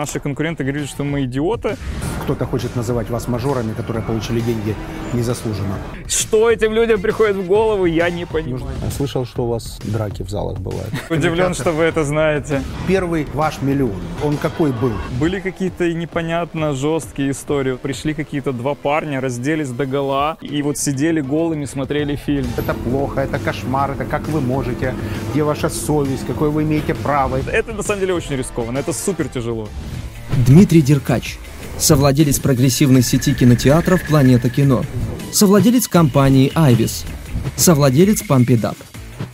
наши конкуренты говорили, что мы идиоты. Кто-то хочет называть вас мажорами, которые получили деньги незаслуженно. Что этим людям приходит в голову, я не понимаю. Я слышал, что у вас драки в залах бывают. Удивлен, что вы это знаете. Первый ваш миллион, он какой был? Были какие-то непонятно жесткие истории. Пришли какие-то два парня, разделись догола и вот сидели голыми, смотрели фильм. Это плохо, это кошмар, это как вы можете, где ваша совесть, какое вы имеете право. Это на самом деле очень рискованно, это супер тяжело. Дмитрий Деркач, совладелец прогрессивной сети кинотеатров «Планета кино», совладелец компании «Айвис», совладелец «Pump It Up».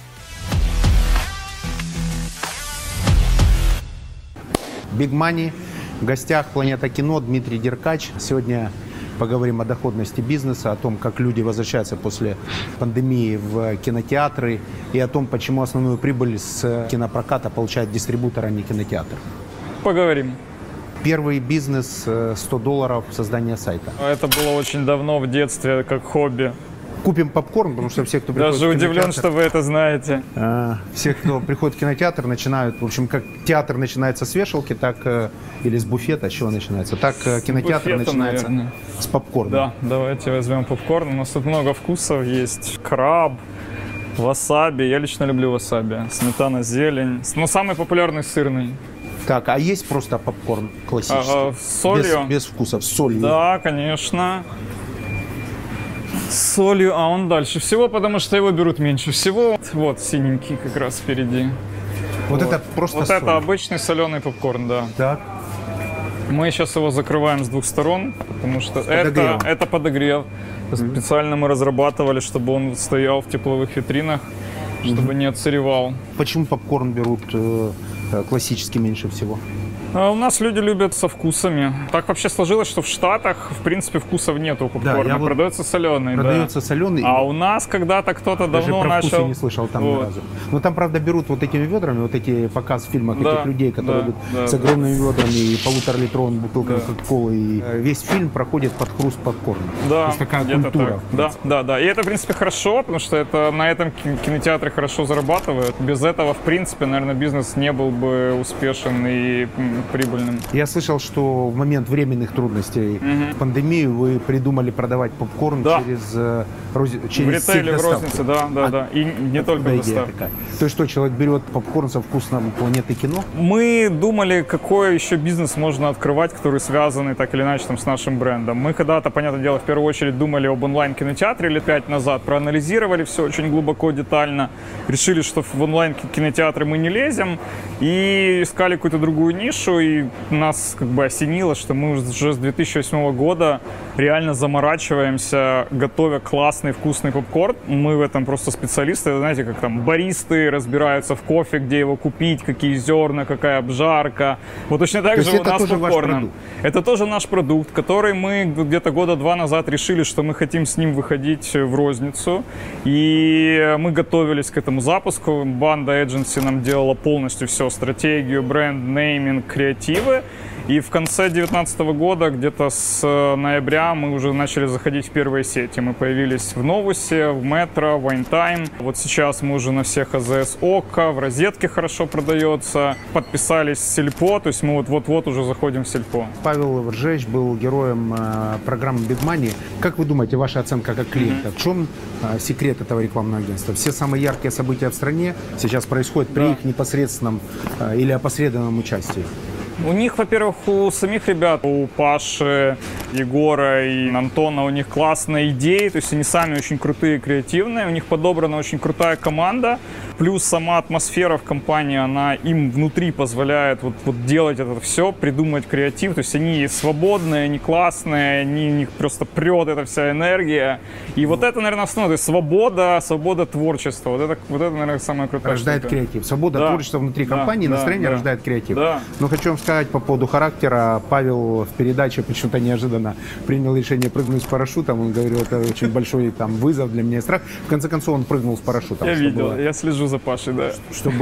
Big Money. В гостях «Планета кино» Дмитрий Деркач. Сегодня поговорим о доходности бизнеса, о том, как люди возвращаются после пандемии в кинотеатры и о том, почему основную прибыль с кинопроката получает дистрибутор, а не кинотеатр. Поговорим. Первый бизнес $100 создание сайта. Это было очень давно, в детстве, как хобби. Купим попкорн, потому что все, кто приходит Даже в кинотеатр... удивлен, что вы это знаете. Все, кто приходит в кинотеатр, начинают... В общем, как театр начинается с вешалки, так... Или с буфета, с чего начинается? Так кинотеатр буфета, начинается, наверное, с попкорна. Да, давайте возьмем попкорн. У нас тут много вкусов есть. Краб, васаби. Я лично люблю васаби. Сметана, зелень. Но самый популярный сырный. Так, а есть просто попкорн классический? С солью? Без вкусов, с солью? Да, конечно. С солью, а он дальше всего, потому что его берут меньше всего. Вот синенький как раз впереди. Вот это просто Вот соль. это обычный соленый попкорн, да. Так. Мы сейчас его закрываем с двух сторон, потому что это подогрев. Специально мы разрабатывали, чтобы он стоял в тепловых витринах, чтобы не отсыревал. Почему попкорн берут классически меньше всего? А у нас люди любят со вкусами. Так вообще сложилось, что в Штатах, в принципе, вкусов нету у попкорна. Да, продается соленый. Продается соленый. А у нас когда-то кто-то давно даже про вкусы начал... не слышал там ни разу. Но там, правда, берут вот этими ведрами, вот эти показ в фильмах этих людей, которые идут с огромными ведрами и 1,5-литровыми бутылками кока-колы. И весь фильм проходит под хруст попкорна. Да, то есть такая культура. Да. И это, в принципе, хорошо, потому что это на этом кинотеатры хорошо зарабатывают. Без этого, в принципе, наверное, бизнес не был бы успешен и прибыльным. Я слышал, что в момент временных трудностей пандемии вы придумали продавать попкорн через в ритейле, в рознице, да. И не только доставка. То есть что, человек берет попкорн со вкусом «Планеты кино»? Мы думали, какой еще бизнес можно открывать, который связан так или иначе с нашим брендом. Мы когда-то, понятное дело, в первую очередь думали об онлайн-кинотеатре лет 5 назад, проанализировали все очень глубоко, детально, решили, что в онлайн-кинотеатры мы не лезем и искали какую-то другую нишу, и нас как бы осенило, что мы уже с 2008 года реально заморачиваемся, готовя классный вкусный попкорн. Мы в этом просто специалисты, знаете, как там баристы разбираются в кофе, где его купить, какие зерна, какая обжарка. Вот точно так же у нас с попкорном. Это тоже наш продукт, который мы где-то года 2 назад решили, что мы хотим с ним выходить в розницу. И мы готовились к этому запуску. Банда Agency нам делала полностью все: стратегию, бренд, нейминг, креативы. И в конце 2019 года, где-то с ноября, мы уже начали заходить в первые сети. Мы появились в Новусе, в Метро, в Вайнтайм. Вот сейчас мы уже на всех АЗС ОККО, в Розетке хорошо продается. Подписались в Сельпо, то есть мы вот-вот уже заходим в Сельпо. Павел Ржевич был героем программы Big Money. Как вы думаете, ваша оценка как клиента? В чем секрет этого рекламного агентства? Все самые яркие события в стране сейчас происходят при их непосредственном или опосредованном участии. У них, во-первых, у самих ребят, у Паши, Егора и Антона, у них классные идеи, то есть они сами очень крутые, креативные, у них подобрана очень крутая команда, плюс сама атмосфера в компании, она им внутри позволяет вот делать это все, придумать креатив, то есть они свободные, они классные, у них просто прет эта вся энергия, и вот это, наверное, основное, то есть свобода творчества, вот это, наверное, самая крутая рождает штука. Креатив, свобода творчества внутри компании, настроение рождает креатив. Но хочу вам сказать по поводу характера. Павел в передаче почему-то неожиданно принял решение прыгнуть с парашютом. Он говорил, это очень большой вызов для меня и страх. В конце концов, он прыгнул с парашютом. Я видел, я слежу за Пашей, да. Что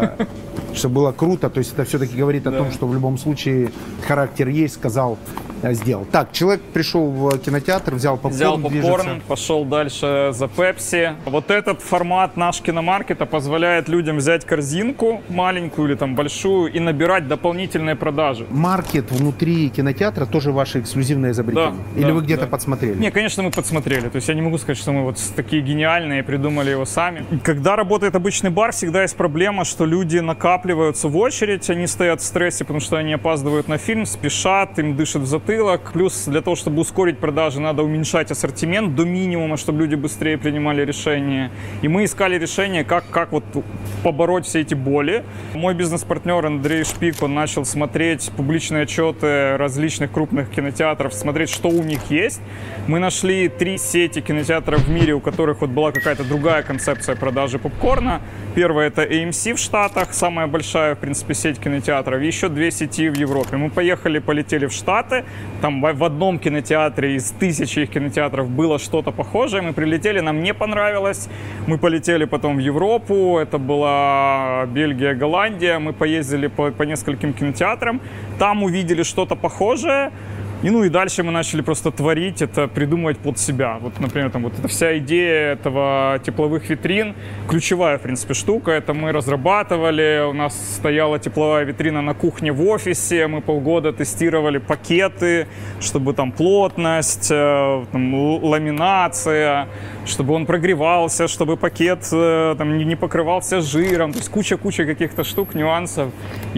было круто. То есть это все-таки говорит о том, что в любом случае характер есть, сказал, сделал. Так, человек пришел в кинотеатр, взял попкорн, пошел дальше за Пепси. Вот этот формат наш киномаркета позволяет людям взять корзинку маленькую или большую и набирать дополнительные продажи. Маркет внутри кинотеатра тоже ваше эксклюзивное изобретение? Да, Или да, вы где-то да. подсмотрели? Не, конечно, мы подсмотрели. То есть я не могу сказать, что мы вот такие гениальные, придумали его сами. Когда работает обычный бар, всегда есть проблема, что люди накапливаются в очередь, они стоят в стрессе, потому что они опаздывают на фильм, спешат, им дышат в затылок. Плюс для того, чтобы ускорить продажи, надо уменьшать ассортимент до минимума, чтобы люди быстрее принимали решения. И мы искали решение, как вот побороть все эти боли. Мой бизнес-партнер Андрей Шпик, он начал смотреть публичные отчеты различных крупных кинотеатров, смотреть, что у них есть. Мы нашли 3 сети кинотеатров в мире, у которых вот была какая-то другая концепция продажи попкорна. Первая — это AMC в Штатах, самая большая, в принципе, сеть кинотеатров. И еще 2 сети в Европе. Мы полетели в Штаты. Там в одном кинотеатре из 1000 их кинотеатров было что-то похожее. Мы прилетели, нам не понравилось. Мы полетели потом в Европу. Это была Бельгия, Голландия. Мы поездили по нескольким кинотеатрам. Там увидели что-то похожее. И дальше мы начали просто творить, это придумывать под себя. Вот, например, там вот эта вся идея этого тепловых витрин, ключевая, в принципе, штука, это мы разрабатывали, у нас стояла тепловая витрина на кухне в офисе, мы полгода тестировали пакеты, чтобы там плотность, там, ламинация, чтобы он прогревался, чтобы пакет там не покрывался жиром, то есть куча каких-то штук, нюансов.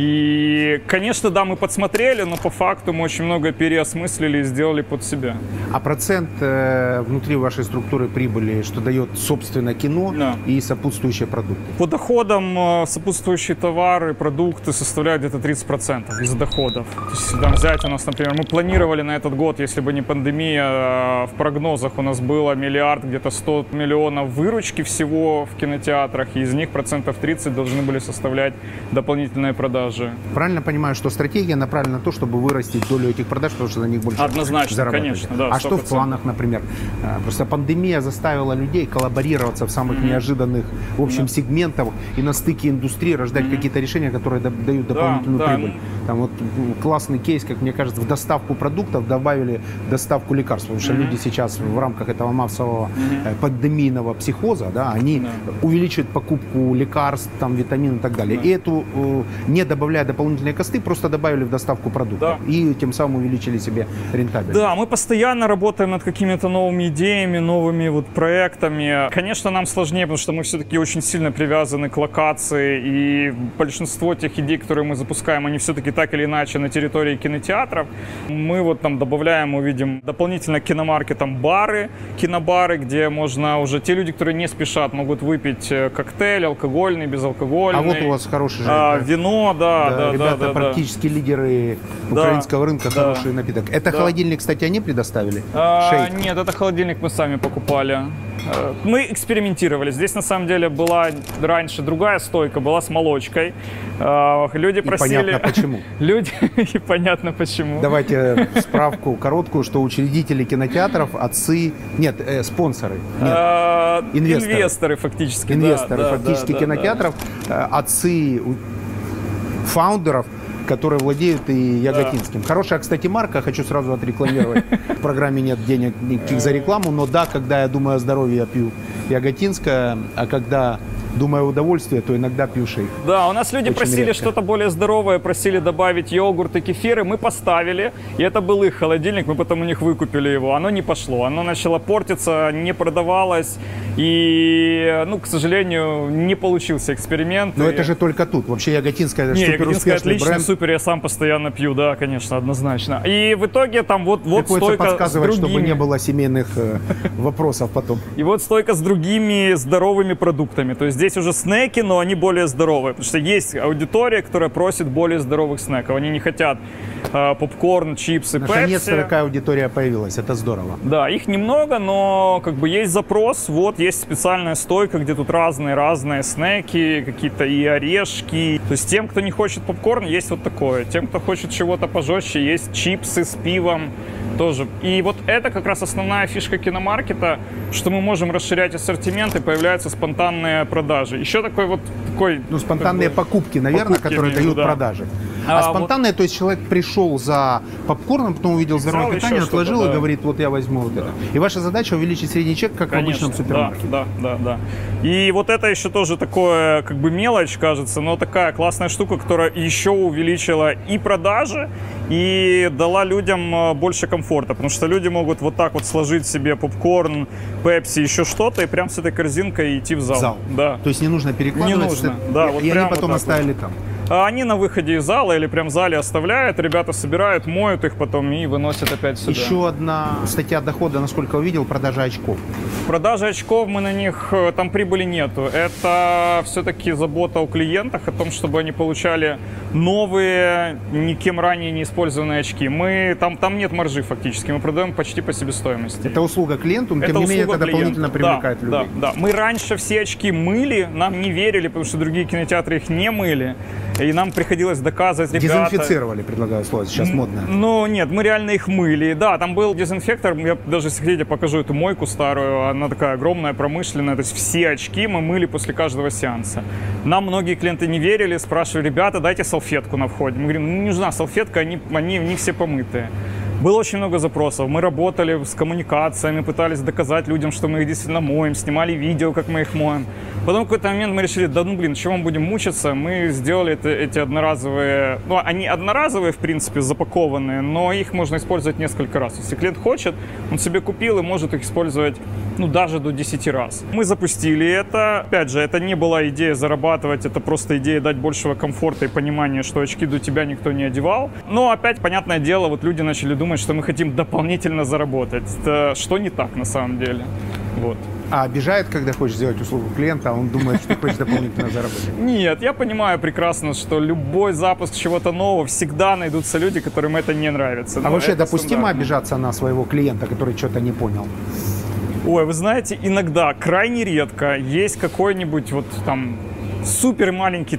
И, конечно, да, мы подсмотрели, но по факту мы очень много переосмыслили и сделали под себя. А процент внутри вашей структуры прибыли, что дает, собственно, кино, Да. и сопутствующие продукты? По доходам сопутствующие товары, продукты составляют где-то 30% из доходов. То есть, если там взять у нас, например, мы планировали на этот год, если бы не пандемия, в прогнозах у нас было миллиард, где-то 100 миллионов выручки всего в кинотеатрах, и из них 30% должны были составлять дополнительные продажи. Правильно понимаю, что стратегия направлена на то, чтобы вырастить долю этих продаж, потому что на них больше Однозначно, зарабатывать. конечно, да, А что в 100%. планах, например? Просто пандемия заставила людей коллаборироваться в самых неожиданных, в общем, сегментах и на стыке индустрии рождать какие-то решения, которые дают дополнительную да. прибыль. Там вот классный кейс, как мне кажется, в доставку продуктов добавили доставку лекарств, потому что люди сейчас в рамках этого массового пандемийного психоза, да, они увеличивают покупку лекарств, там, витамин и так далее. И эту, не добавляя дополнительные косты, просто добавили в доставку продуктов. Да. И тем самым увеличили себе рентабельность. Да, мы постоянно работаем над какими-то новыми идеями, новыми вот проектами. Конечно, нам сложнее, потому что мы все-таки очень сильно привязаны к локации, и большинство тех идей, которые мы запускаем, они все-таки так или иначе на территории кинотеатров. Мы вот там добавляем, увидим дополнительно к киномаркетам бары, кинобары, где можно уже те люди, которые не спешат, могут выпить коктейль алкогольный, безалкогольный. А вот у вас хороший же вино, да, ребята практически лидеры украинского рынка, да. хороший напиток. Это холодильник, кстати, они предоставили? Шейк. Нет, это холодильник мы сами покупали. Мы экспериментировали. Здесь на самом деле была раньше другая стойка, была с молочкой. Люди просили... И понятно почему. И понятно почему. Давайте справку короткую, что учредители кинотеатров, отцы, нет, спонсоры, нет, Инвесторы фактически. инвесторы да, фактически да, кинотеатров, отцы фаундеров, которые владеют и Яготинским. Хорошая, кстати, марка, хочу сразу отрекламировать. В программе нет денег никаких за рекламу, но да, когда я думаю о здоровье, я пью Яготинское, а когда думаю о удовольствии, то иногда пью шейк. Да, у нас люди Очень просили редко. что-то более здоровое, просили добавить йогурт и кефиры. Мы поставили, и это был их холодильник, мы потом у них выкупили его. Оно не пошло, оно начало портиться, не продавалось, и, к сожалению, не получился эксперимент. Но И- это же только тут. Вообще Яготинское это Не, супер Яготинское успешный отлично, бренд. супер, я сам постоянно пью, да, конечно, однозначно. И в итоге там вот Приходится стойка с подсказывать, чтобы другими. не было семейных вопросов потом. И вот стойка с другими здоровыми продуктами. То есть здесь уже снеки, но они более здоровые. Потому что есть аудитория, которая просит более здоровых снеков. Они не хотят попкорн, чипсы, Наконец-то пепси. такая аудитория появилась. Это здорово. Да, их немного, но как бы есть запрос. Вот есть специальная стойка, где тут разные снеки, какие-то и орешки. То есть тем, кто не хочет попкорн, есть вот такое. Тем, кто хочет чего-то пожестче, есть чипсы с пивом тоже. И вот это как раз основная фишка киномаркета, что мы можем расширять ассортимент, и появляются спонтанные продажи. Еще такой. Спонтанные покупки, наверное, Покупки, которые имею в дают виду, да. продажи. А спонтанное, то есть человек пришел за попкорном, потом увидел здоровое питание, отложил и говорит, вот я возьму вот это. И ваша задача увеличить средний чек, как в обычном супермаркете. Да. И вот это еще тоже такое, как бы мелочь, кажется, но такая классная штука, которая еще увеличила и продажи, и дала людям больше комфорта, потому что люди могут вот так вот сложить себе попкорн, пепси, еще что-то, и прям с этой корзинкой идти в зал. Да. То есть не нужно перекладывать. Не нужно, да. И они потом оставили там. Они на выходе из зала или прям в зале оставляют, ребята собирают, моют их потом и выносят опять сюда. Еще одна статья дохода, насколько я увидел, продажа очков. Продажи очков, мы на них, там прибыли нету. Это все-таки забота о клиентах, о том, чтобы они получали новые, никем ранее не использованные очки. Там нет маржи фактически, мы продаем почти по себестоимости. Это услуга клиенту, но тем не менее это дополнительно привлекает людей. Да. Мы раньше все очки мыли, нам не верили, потому что другие кинотеатры их не мыли. И нам приходилось доказывать, ребята... Дезинфицировали, предлагаю слово, сейчас модно. Ну, нет, мы реально их мыли. Да, там был дезинфектор, я даже, если хотите, покажу эту мойку старую, она такая огромная, промышленная, то есть все очки мы мыли после каждого сеанса. Нам многие клиенты не верили, спрашивали, ребята, дайте салфетку на входе. Мы говорим, не нужна салфетка, они все помытые. Было очень много запросов. Мы работали с коммуникациями, пытались доказать людям, что мы их действительно моем, снимали видео, как мы их моем. Потом в какой-то момент мы решили, чего мы будем мучиться? Мы сделали эти одноразовые, они одноразовые, в принципе, запакованные, но их можно использовать несколько раз. Если клиент хочет, он себе купил и может их использовать, даже до 10 раз. Мы запустили это. Опять же, это не была идея зарабатывать, это просто идея дать большего комфорта и понимания, что очки до тебя никто не одевал. Но опять, понятное дело, вот люди начали думать, что мы хотим дополнительно заработать. Это что не так на самом деле. Вот. А обижает, когда хочешь сделать услугу клиента, а он думает, что ты хочешь дополнительно заработать? Нет, я понимаю прекрасно, что любой запуск чего-то нового, всегда найдутся люди, которым это не нравится. А вообще допустимо обижаться на своего клиента, который что-то не понял? Ой, вы знаете, иногда, крайне редко, есть какой-нибудь супер маленький,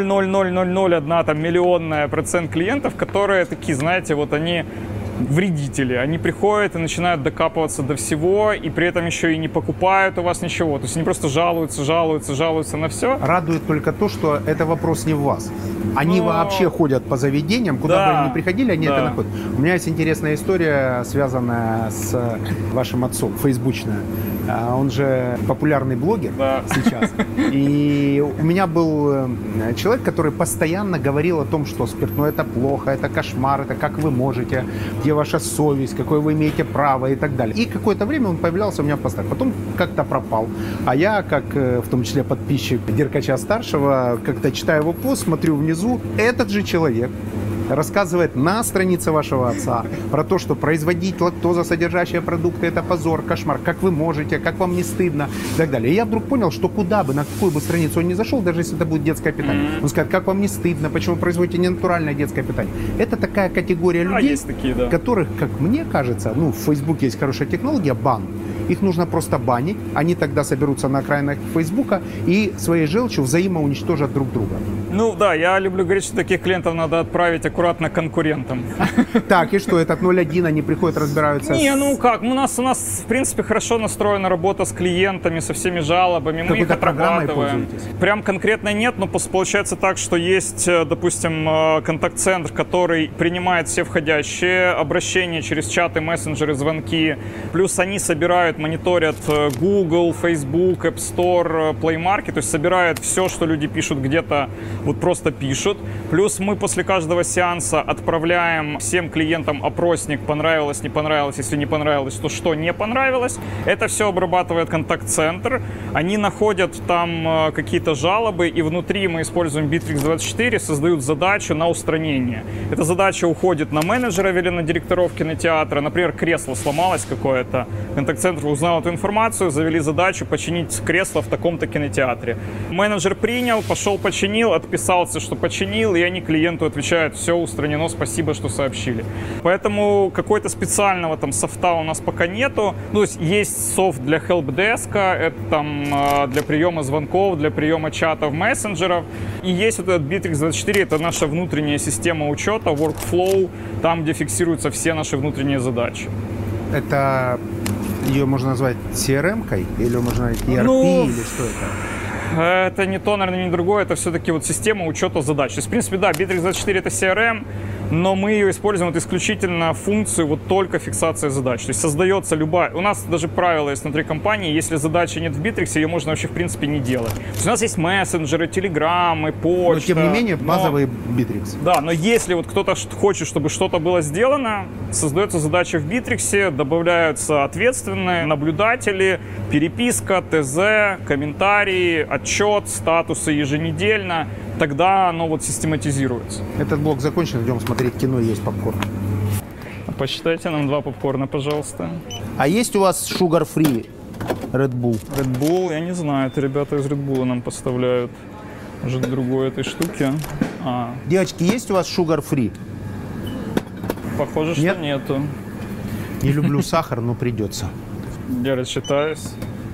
0,0001 миллионная процент клиентов, которые такие, знаете, они вредители. Они приходят и начинают докапываться до всего, и при этом еще и не покупают у вас ничего. То есть они просто жалуются на все. Радует только то, что это вопрос не в вас. Они вообще ходят по заведениям, куда бы они ни приходили, они это находят. У меня есть интересная история, связанная с вашим отцом, фейсбучная. Он же популярный блогер сейчас. И у меня был человек, который постоянно говорил о том, что спиртное это плохо, это кошмар, это как вы можете, где ваша совесть, какое вы имеете право и так далее. И какое-то время он появлялся у меня в постах, потом как-то пропал. А я, как в том числе подписчик Деркача-старшего, как-то читаю его пост, смотрю внизу, этот же человек рассказывает на странице вашего отца про то, что производить лактозосодержащие продукты – это позор, кошмар, как вы можете, как вам не стыдно и так далее. И я вдруг понял, что куда бы, на какую бы страницу он ни зашел, даже если это будет детское питание, он скажет, как вам не стыдно, почему вы производите ненатуральное детское питание. Это такая категория людей, которых, как мне кажется, в Фейсбуке есть хорошая технология – бан. Их нужно просто банить, они тогда соберутся на окраинах Фейсбука и своей желчью взаимоуничтожат друг друга. Я люблю говорить, что таких клиентов надо отправить аккуратно конкурентам. Так, и что, этот 0.1, они приходят, разбираются? У нас в принципе хорошо настроена работа с клиентами, со всеми жалобами, мы их отрабатываем. Прям конкретно нет, но получается так, что есть, допустим, контакт-центр, который принимает все входящие обращения через чаты, мессенджеры, звонки, плюс они собирают, мониторят Google, Facebook, App Store, Play Market, то есть собирают все, что люди пишут где-то, просто пишут. Плюс мы после каждого сеанса отправляем всем клиентам опросник, понравилось, не понравилось, если не понравилось, то что не понравилось. Это все обрабатывает контакт-центр, они находят там какие-то жалобы, и внутри мы используем Bittrex24, создают задачу на устранение. Эта задача уходит на менеджера или на директоров кинотеатра, например, кресло сломалось какое-то, контакт-центр узнал эту информацию, завели задачу починить кресло в таком-то кинотеатре. Менеджер принял, пошел починил, отписался, что починил, и они клиенту отвечают, все устранено, спасибо, что сообщили. Поэтому какой-то специального софта у нас пока нету. То есть есть софт для хелпдеска, это для приема звонков, для приема чатов, мессенджеров. И есть этот Bittrex24, это наша внутренняя система учета, workflow, там, где фиксируются все наши внутренние задачи. Это ее можно назвать CRM-кой? Или можно назвать ERP, или что это? это не то, наверное, не другое, это все-таки вот система учета задач. То есть, в принципе, да, Bittrex24 это CRM, но мы ее используем вот исключительно функцию вот только фиксация задач. То есть создается любая... У нас даже правило есть внутри компании, если задачи нет в Bittrex, ее можно вообще в принципе не делать. То есть у нас есть мессенджеры, телеграммы, почта. Но тем не менее, базовый Bittrex. Да, но если вот кто-то хочет, чтобы что-то было сделано, создается задача в Bittrex, добавляются ответственные наблюдатели, переписка, ТЗ, комментарии, отчет, статусы еженедельно. Тогда оно вот систематизируется. Этот блок закончен, идем смотреть кино, есть попкорн. Посчитайте нам 2 попкорна, пожалуйста. А есть у вас sugar-free Red Bull? Red Bull, я не знаю, это ребята из Red Bull нам поставляют. Может, другой этой штуки. Девочки, есть у вас sugar-free? Похоже, что нету. Не люблю сахар, но придется. Я рассчитаюсь.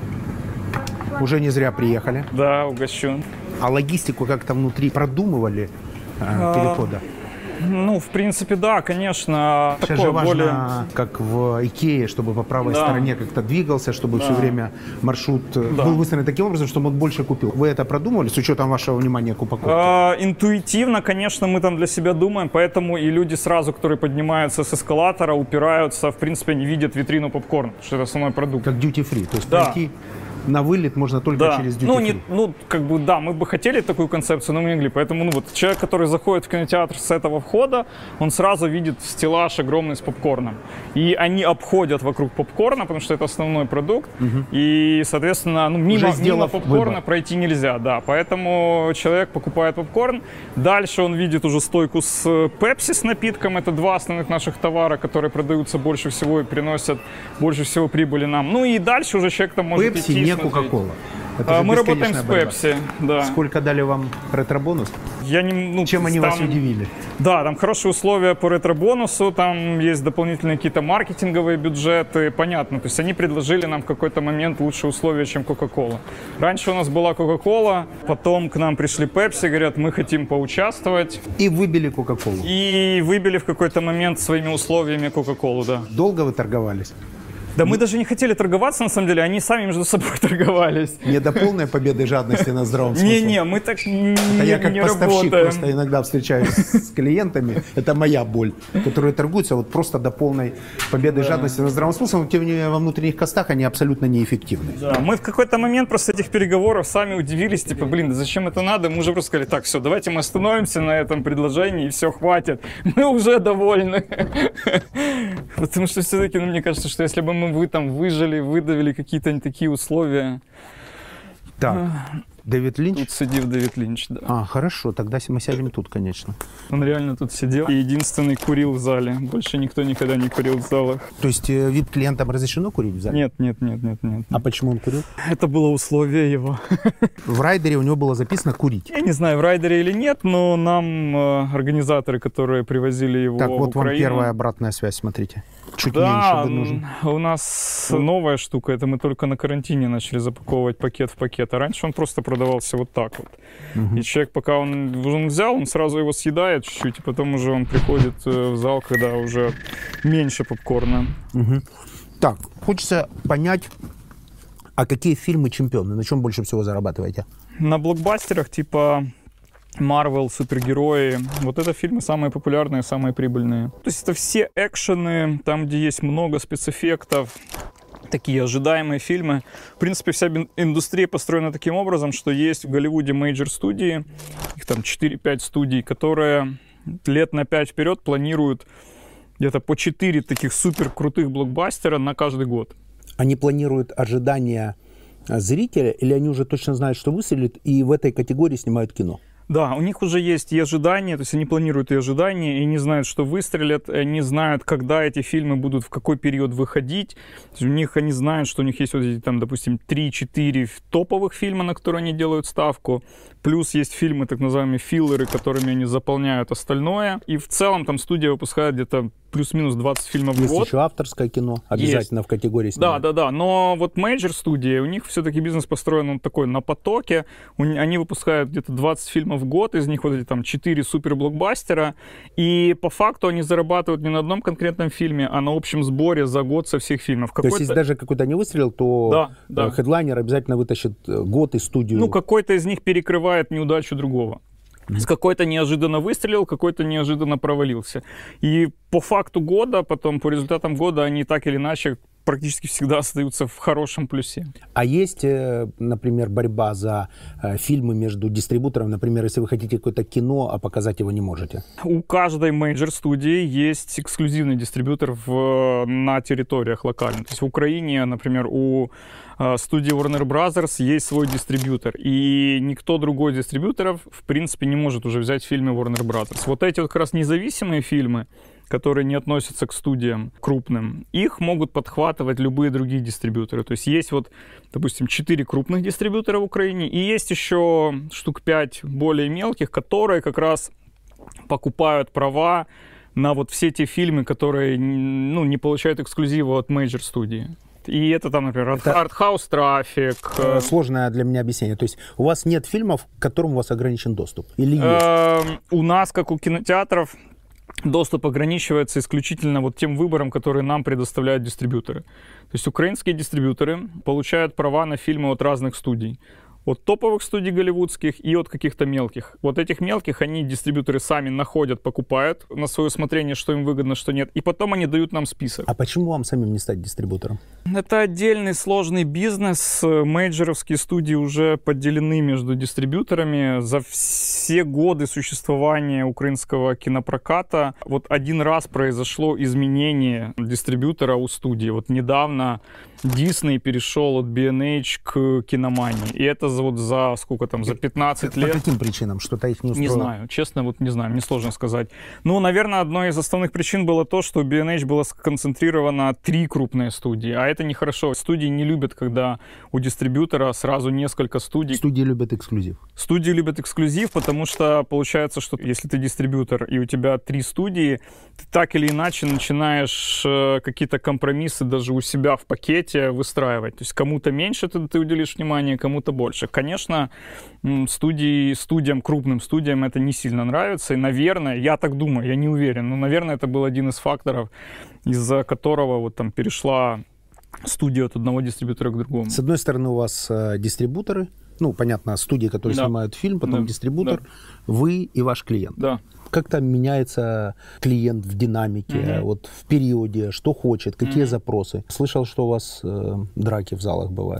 Уже не зря приехали. Да, угощу. А логистику как-то внутри продумывали перехода? Ну, в принципе, да, конечно. Сейчас же важно, как в Икее, чтобы по правой стороне как-то двигался, чтобы все время маршрут был выстроен таким образом, чтобы он больше купил. Вы это продумывали с учетом вашего внимания к упаковке? Интуитивно, конечно, мы там для себя думаем, поэтому и люди сразу, которые поднимаются с эскалатора, упираются, в принципе, они видят витрину попкорна, что это основной продукт. Как duty-free, то есть пройти на вылет можно только через duty-free. Мы бы хотели такую концепцию, но мы не могли. Поэтому человек, который заходит в кинотеатр с этого входа, он сразу видит стеллаж огромный с попкорном. И они обходят вокруг попкорна, потому что это основной продукт. И, соответственно, мимо попкорна пройти нельзя. Да. Поэтому человек покупает попкорн. Дальше он видит уже стойку с пепси с напитком. Это 2 основных наших товара, которые продаются больше всего и приносят больше всего прибыли нам. Ну и дальше уже человек там может идти. Кока-кола. Мы работаем с Pepsi, да. Сколько дали вам ретро-бонус? Чем они вас удивили? Да, там хорошие условия по ретро-бонусу, там есть дополнительные какие-то маркетинговые бюджеты, понятно. То есть они предложили нам в какой-то момент лучшие условия, чем Coca-Cola. Раньше у нас была Coca-Cola, потом к нам пришли Pepsi, говорят, мы хотим поучаствовать. И выбили Coca-Cola. И выбили в какой-то момент своими условиями Coca-Colу, да. Долго вы торговались? Да мы даже не хотели торговаться, на самом деле, они сами между собой торговались. Не до полной победы и жадности на здравом смысле? Не-не, мы так не работаем. Я как поставщик просто иногда встречаюсь с клиентами, это моя боль, которые торгуются вот просто до полной победы и жадности на здравом смысле, но тем не менее во внутренних костах они абсолютно неэффективны. Да, мы в какой-то момент просто этих переговоров сами удивились, типа, да зачем это надо? Мы уже просто сказали, так, все, давайте мы остановимся на этом предложении, и все, хватит. Мы уже довольны. Потому что все-таки, мне кажется, что если бы вы там выжили, выдавили какие-то не такие условия. Так, Дэвид Линч? Тут сидит Дэвид Линч, да. Хорошо, тогда мы сядем тут, конечно. Он реально тут сидел и единственный курил в зале. Больше никто никогда не курил в залах. То есть VIP-клиентам разрешено курить в зале? Нет. А почему он курил? Это было условие его. В райдере у него было записано «курить». Я не знаю, в райдере или нет, но нам организаторы, которые привозили его в Украину... Так, вот вам первая обратная связь, смотрите. Чуть меньше бы нужен. У нас новая штука, это мы только на карантине начали запаковывать пакет в пакет, а раньше он просто продавался вот так вот. И человек, пока он взял, он сразу его съедает чуть-чуть, и потом уже он приходит в зал, когда уже меньше попкорна. Так, хочется понять, а какие фильмы чемпионы, на чем больше всего зарабатываете? На блокбастерах типа Marvel, супергерои. Вот это фильмы самые популярные, самые прибыльные. То есть это все экшены, там, где есть много спецэффектов, такие ожидаемые фильмы. В принципе, вся индустрия построена таким образом, что есть в Голливуде мейджор-студии, их там 4-5 студий, которые лет на 5 вперед планируют где-то по 4 таких супер крутых блокбастера на каждый год. Они планируют ожидания зрителя, или они уже точно знают, что выстрелит, и в этой категории снимают кино? Да, у них уже есть и ожидания, то есть они планируют и ожидания, и не знают, что выстрелят, не знают, когда эти фильмы будут, в какой период выходить. То есть у них, они знают, что у них есть вот эти, там, допустим, 3-4 топовых фильма, на которые они делают ставку, плюс есть фильмы, так называемые филлеры, которыми они заполняют остальное. И в целом там студия выпускает где-то плюс-минус 20 фильмов в Есть год. еще авторское кино, обязательно в категории снимают. Да. Но вот мейджор-студии, у них все-таки бизнес построен он такой на потоке. Они выпускают где-то 20 фильмов в год, из них вот эти там 4 супер-блокбастера. И по факту они зарабатывают не на одном конкретном фильме, а на общем сборе за год со всех фильмов. То есть, если даже какой-то не выстрелил, то хедлайнер обязательно вытащит год и студию. Ну, какой-то из них перекрывает неудачу другого. Какой-то неожиданно выстрелил, какой-то неожиданно провалился. И по факту года, потом по результатам года, они так или иначе практически всегда остаются в хорошем плюсе. А есть, например, борьба за фильмы между дистрибуторами? Например, если вы хотите какое-то кино, а показать его не можете? У каждой мейджор-студии есть эксклюзивный дистрибьютор на территориях локально. То есть в Украине, например, у студии Warner Bros. Есть свой дистрибьютор. И никто другой из дистрибьюторов, в принципе, не может уже взять фильмы Warner Bros. Вот эти вот как раз независимые фильмы, которые не относятся к студиям крупным, их могут подхватывать любые другие дистрибьюторы. То есть есть вот, допустим, 4 крупных дистрибьютора в Украине, и есть еще штук 5 более мелких, которые как раз покупают права на вот все те фильмы, которые не получают эксклюзива от мейджор-студии. И это там, например, артхаус трафик. Сложное для меня объяснение. То есть у вас нет фильмов, к которым у вас ограничен доступ? Или есть? У нас, как у кинотеатров, доступ ограничивается исключительно вот тем выбором, который нам предоставляют дистрибьюторы. То есть украинские дистрибьюторы получают права на фильмы от разных студий. От топовых студий голливудских и от каких-то мелких. Вот этих мелких они, дистрибьюторы, сами находят, покупают на свое усмотрение, что им выгодно, что нет. И потом они дают нам список. А почему вам самим не стать дистрибьютором? Это отдельный сложный бизнес. Мейджоровские студии уже поделены между дистрибьюторами. За все годы существования украинского кинопроката вот один раз произошло изменение дистрибьютора у студии. Вот недавно Disney перешел от B&H к Киномании. И это за сколько там, за 15 лет. По каким причинам? Что-то их не устроило? Не знаю, честно, вот не знаю, мне сложно сказать. Ну, наверное, одной из основных причин было то, что у B&H было сконцентрировано 3 крупные студии, а это нехорошо. Студии не любят, когда у дистрибьютора сразу несколько студий. Студии любят эксклюзив. Студии любят эксклюзив, потому что получается, что если ты дистрибьютор и у тебя 3 студии, ты так или иначе начинаешь какие-то компромиссы даже у себя в пакете выстраивать. То есть кому-то меньше ты уделишь внимание, кому-то больше. Конечно, крупным студиям это не сильно нравится. И, наверное, я так думаю, я не уверен, но, наверное, это был один из факторов, из-за которого вот там перешла студия от одного дистрибьютора к другому. С одной стороны, у вас дистрибьюторы, понятно, студии, которые снимают фильм, потом дистрибьютор, вы и ваш клиент. Да. Как там меняется клиент в динамике, вот в периоде, что хочет, какие запросы? Слышал, что у вас драки в залах бывают?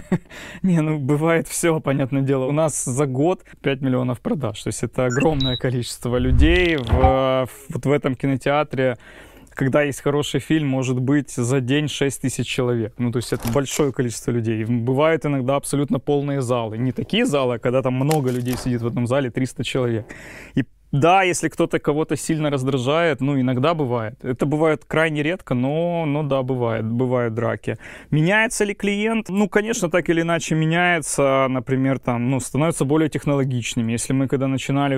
Не, бывает все, понятное дело. У нас за год 5 миллионов продаж. То есть это огромное количество людей вот в этом кинотеатре. Когда есть хороший фильм, может быть за день 6 тысяч человек. То есть это большое количество людей. Бывают иногда абсолютно полные залы. Не такие залы, а когда там много людей сидит в одном зале, 300 человек. И да, если кто-то кого-то сильно раздражает, иногда бывает. Это бывает крайне редко, но да, бывают драки. Меняется ли клиент? Конечно, так или иначе меняется. Например, становятся более технологичными. Если мы когда начинали в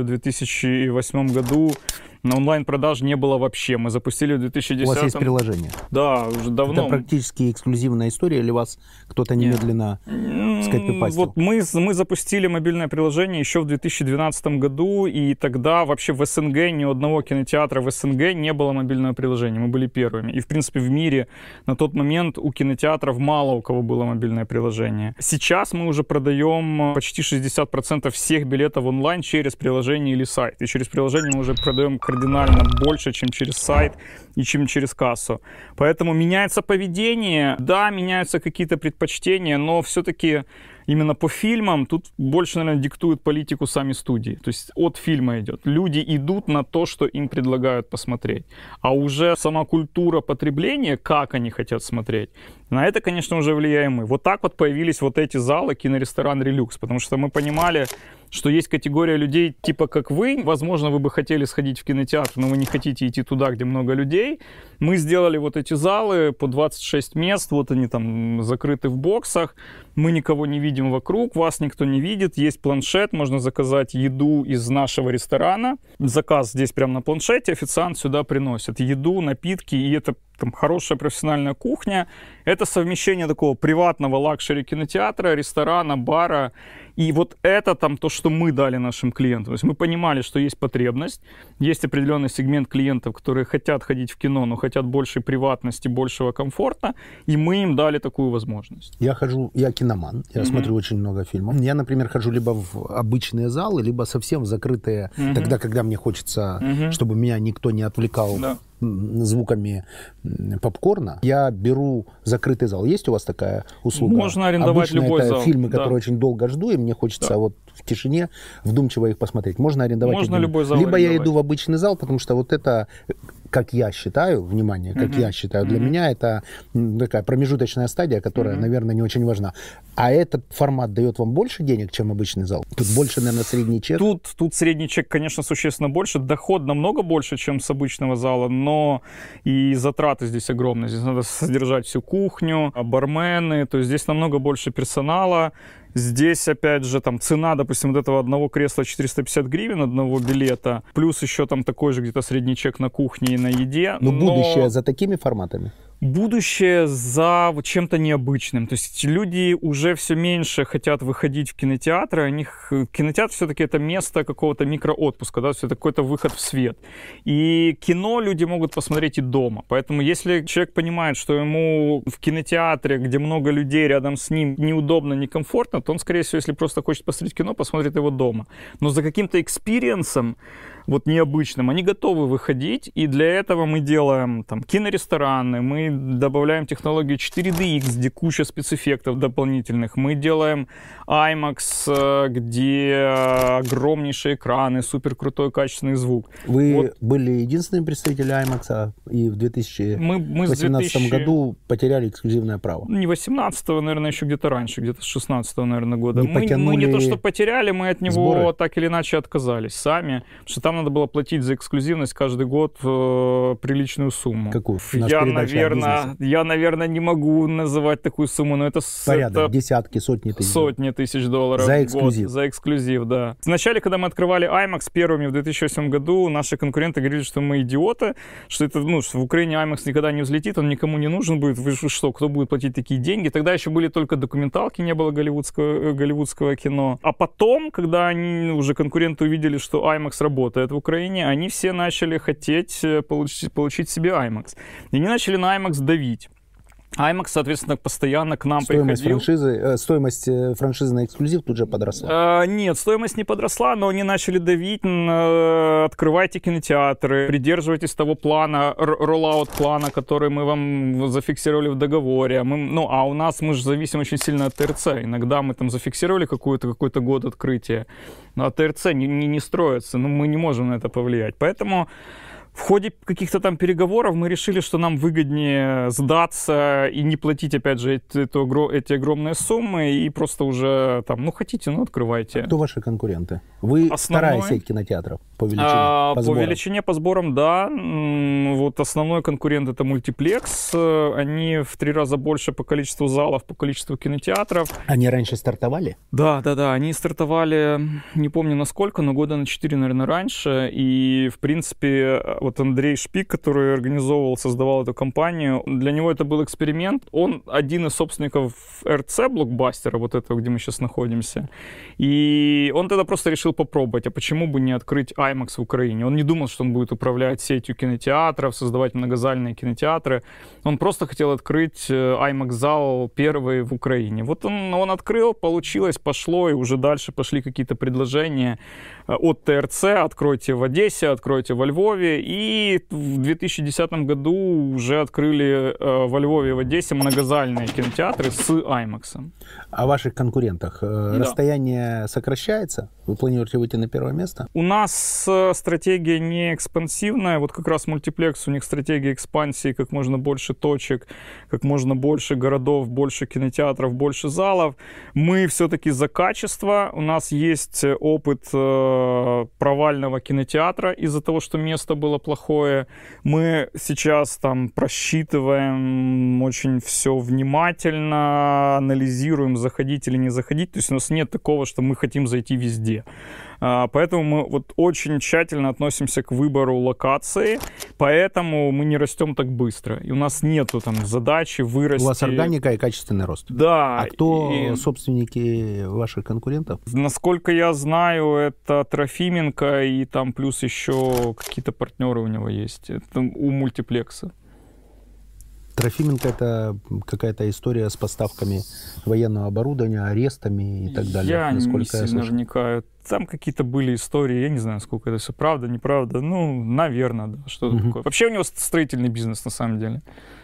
2008 году, на онлайн-продаж не было вообще. Мы запустили в 2010. У вас есть приложение? Да, уже давно. Это практически эксклюзивная история, или вас кто-то немедленно скопипастил? Вот мы запустили мобильное приложение еще в 2012 году, и тогда вообще в СНГ, ни у одного кинотеатра в СНГ не было мобильного приложения. Мы были первыми. И, в принципе, в мире на тот момент у кинотеатров мало у кого было мобильное приложение. Сейчас мы уже продаем почти 60% всех билетов онлайн через приложение или сайт. И через приложение мы уже продаем кардинально больше, чем через сайт и чем через кассу. Поэтому меняется поведение, да, меняются какие-то предпочтения, но все-таки именно по фильмам тут больше, наверное, диктуют политику сами студии. То есть от фильма идет. Люди идут на то, что им предлагают посмотреть. А уже сама культура потребления, как они хотят смотреть, на это, конечно, уже влияем мы. Вот так вот появились вот эти залы, киноресторан «Релюкс», потому что мы понимали, что есть категория людей, типа как вы. Возможно, вы бы хотели сходить в кинотеатр, но вы не хотите идти туда, где много людей. Мы сделали вот эти залы по 26 мест, вот они там закрыты в боксах. Мы никого не видим вокруг, вас никто не видит. Есть планшет, можно заказать еду из нашего ресторана. Заказ здесь прямо на планшете, официант сюда приносит еду, напитки, и это там хорошая профессиональная кухня. Это совмещение такого приватного лакшери кинотеатра, ресторана, бара. И вот это там то, что мы дали нашим клиентам. То есть мы понимали, что есть потребность, есть определенный сегмент клиентов, которые хотят ходить в кино, но хотят большей приватности, большего комфорта, и мы им дали такую возможность. Я киноман, я смотрю очень много фильмов. Я, например, хожу либо в обычные залы, либо совсем в закрытые, тогда, когда мне хочется, чтобы меня никто не отвлекал звуками попкорна. Я беру закрытый зал. Есть у вас такая услуга? Можно арендовать обычно любой это зал. Фильмы, которые очень долго жду, и мне хочется вот в тишине вдумчиво их посмотреть. Можно арендовать. Можно любой зал либо арендовать. я иду в обычный зал, потому что вот это, как я считаю, внимание, как я считаю, для меня это такая промежуточная стадия, которая, наверное, не очень важна. А этот формат дает вам больше денег, чем обычный зал? Тут больше, наверное, средний чек? Тут средний чек, конечно, существенно больше. Доход намного больше, чем с обычного зала, но и затраты здесь огромные. Здесь надо содержать всю кухню, бармены, то есть здесь намного больше персонала. Здесь, опять же, там цена, допустим, вот этого одного кресла 450 гривен, одного билета, плюс еще там такой же где-то средний чек на кухне и на еде. Но будущее за такими форматами? Будущее за чем-то необычным. То есть люди уже все меньше хотят выходить в кинотеатры. Кинотеатр все-таки это место какого-то микроотпуска, да, это какой-то выход в свет. И кино люди могут посмотреть и дома. Поэтому если человек понимает, что ему в кинотеатре, где много людей рядом с ним, неудобно, некомфортно, то он, скорее всего, если просто хочет посмотреть кино, посмотрит его дома. Но за каким-то экспириенсом, вот необычным, они готовы выходить, и для этого мы делаем там кинорестораны, мы добавляем технологию 4DX, где куча спецэффектов дополнительных, мы делаем IMAX, где огромнейшие экраны, супер крутой качественный звук. Вы были единственным представителем IMAX, и в 2018 году потеряли эксклюзивное право. Не 18-го, наверное, еще где-то раньше, где-то с 16-го, наверное, года. Не мы не то, что потеряли, мы от него сборы? Так или иначе отказались сами, потому что там надо было платить за эксклюзивность каждый год приличную сумму. Какую? Я, наверное, не могу называть такую сумму, но это... Порядок, десятки, сотни тысяч. Сотни тысяч долларов за в эксклюзив. год. За эксклюзив, да. Вначале, когда мы открывали IMAX первыми в 2008 году, наши конкуренты говорили, что мы идиоты, что это, что в Украине IMAX никогда не взлетит, он никому не нужен будет. Вы что, кто будет платить такие деньги? Тогда еще были только документалки, не было голливудского кино. А потом, когда они уже конкуренты увидели, что IMAX работает в Украине, они все начали хотеть получить себе IMAX. И они начали на IMAX давить. IMAX, соответственно, постоянно к нам приходил. Стоимость франшизы на эксклюзив тут же подросла? Нет, стоимость не подросла, но они начали давить. Открывайте кинотеатры, придерживайтесь того плана, роллаут плана, который мы вам зафиксировали в договоре. А у нас мы же зависим очень сильно от ТРЦ. Иногда мы там зафиксировали какой-то год открытия, но ТРЦ не строится, мы не можем на это повлиять. Поэтому в ходе каких-то там переговоров мы решили, что нам выгоднее сдаться и не платить, опять же, эти огромные суммы, и просто уже там, хотите, открывайте. Кто ваши конкуренты? Вы вторая сеть кинотеатров по величине, по сборам? По величине, по сборам, да. Вот основной конкурент — это мультиплекс. Они в 3 раза больше по количеству залов, по количеству кинотеатров. Они раньше стартовали? Да. Они стартовали, не помню насколько, но года на 4, наверное, раньше. И, в принципе, вот Андрей Шпик, который организовывал, создавал эту компанию, для него это был эксперимент. Он один из собственников РЦ блокбастера, вот этого, где мы сейчас находимся. И он тогда просто решил попробовать, а почему бы не открыть IMAX в Украине. Он не думал, что он будет управлять сетью кинотеатров, создавать многозальные кинотеатры. Он просто хотел открыть IMAX-зал первый в Украине. Вот он открыл, получилось, пошло, и уже дальше пошли какие-то предложения от ТРЦ: откройте в Одессе, откройте во Львове. И И в 2010 году уже открыли во Львове и в Одессе многозальные кинотеатры с IMAX. О ваших конкурентах. Расстояние сокращается? Вы планируете выйти на первое место? У нас стратегия не экспансивная. Вот как раз мультиплекс, у них стратегия экспансии, как можно больше точек, как можно больше городов, больше кинотеатров, больше залов. Мы все-таки за качество. У нас есть опыт провального кинотеатра из-за того, что место было плохое. Мы сейчас там просчитываем очень все внимательно, анализируем, заходить или не заходить. То есть у нас нет такого, что мы хотим зайти везде. Поэтому мы вот очень тщательно относимся к выбору локации, поэтому мы не растем так быстро. И у нас нету там задачи вырасти. У вас органика и качественный рост. Да. А кто собственники ваших конкурентов? Насколько я знаю, это Трофименко, и там плюс еще какие-то партнеры у него есть. Это у мультиплекса. Трофименко — это какая-то история с поставками военного оборудования, арестами и так далее. Я не сильно вникаю. Там какие-то были истории, я не знаю, сколько это все правда, неправда. Ну, наверное, да, что-то такое. Вообще у него строительный бизнес на самом деле.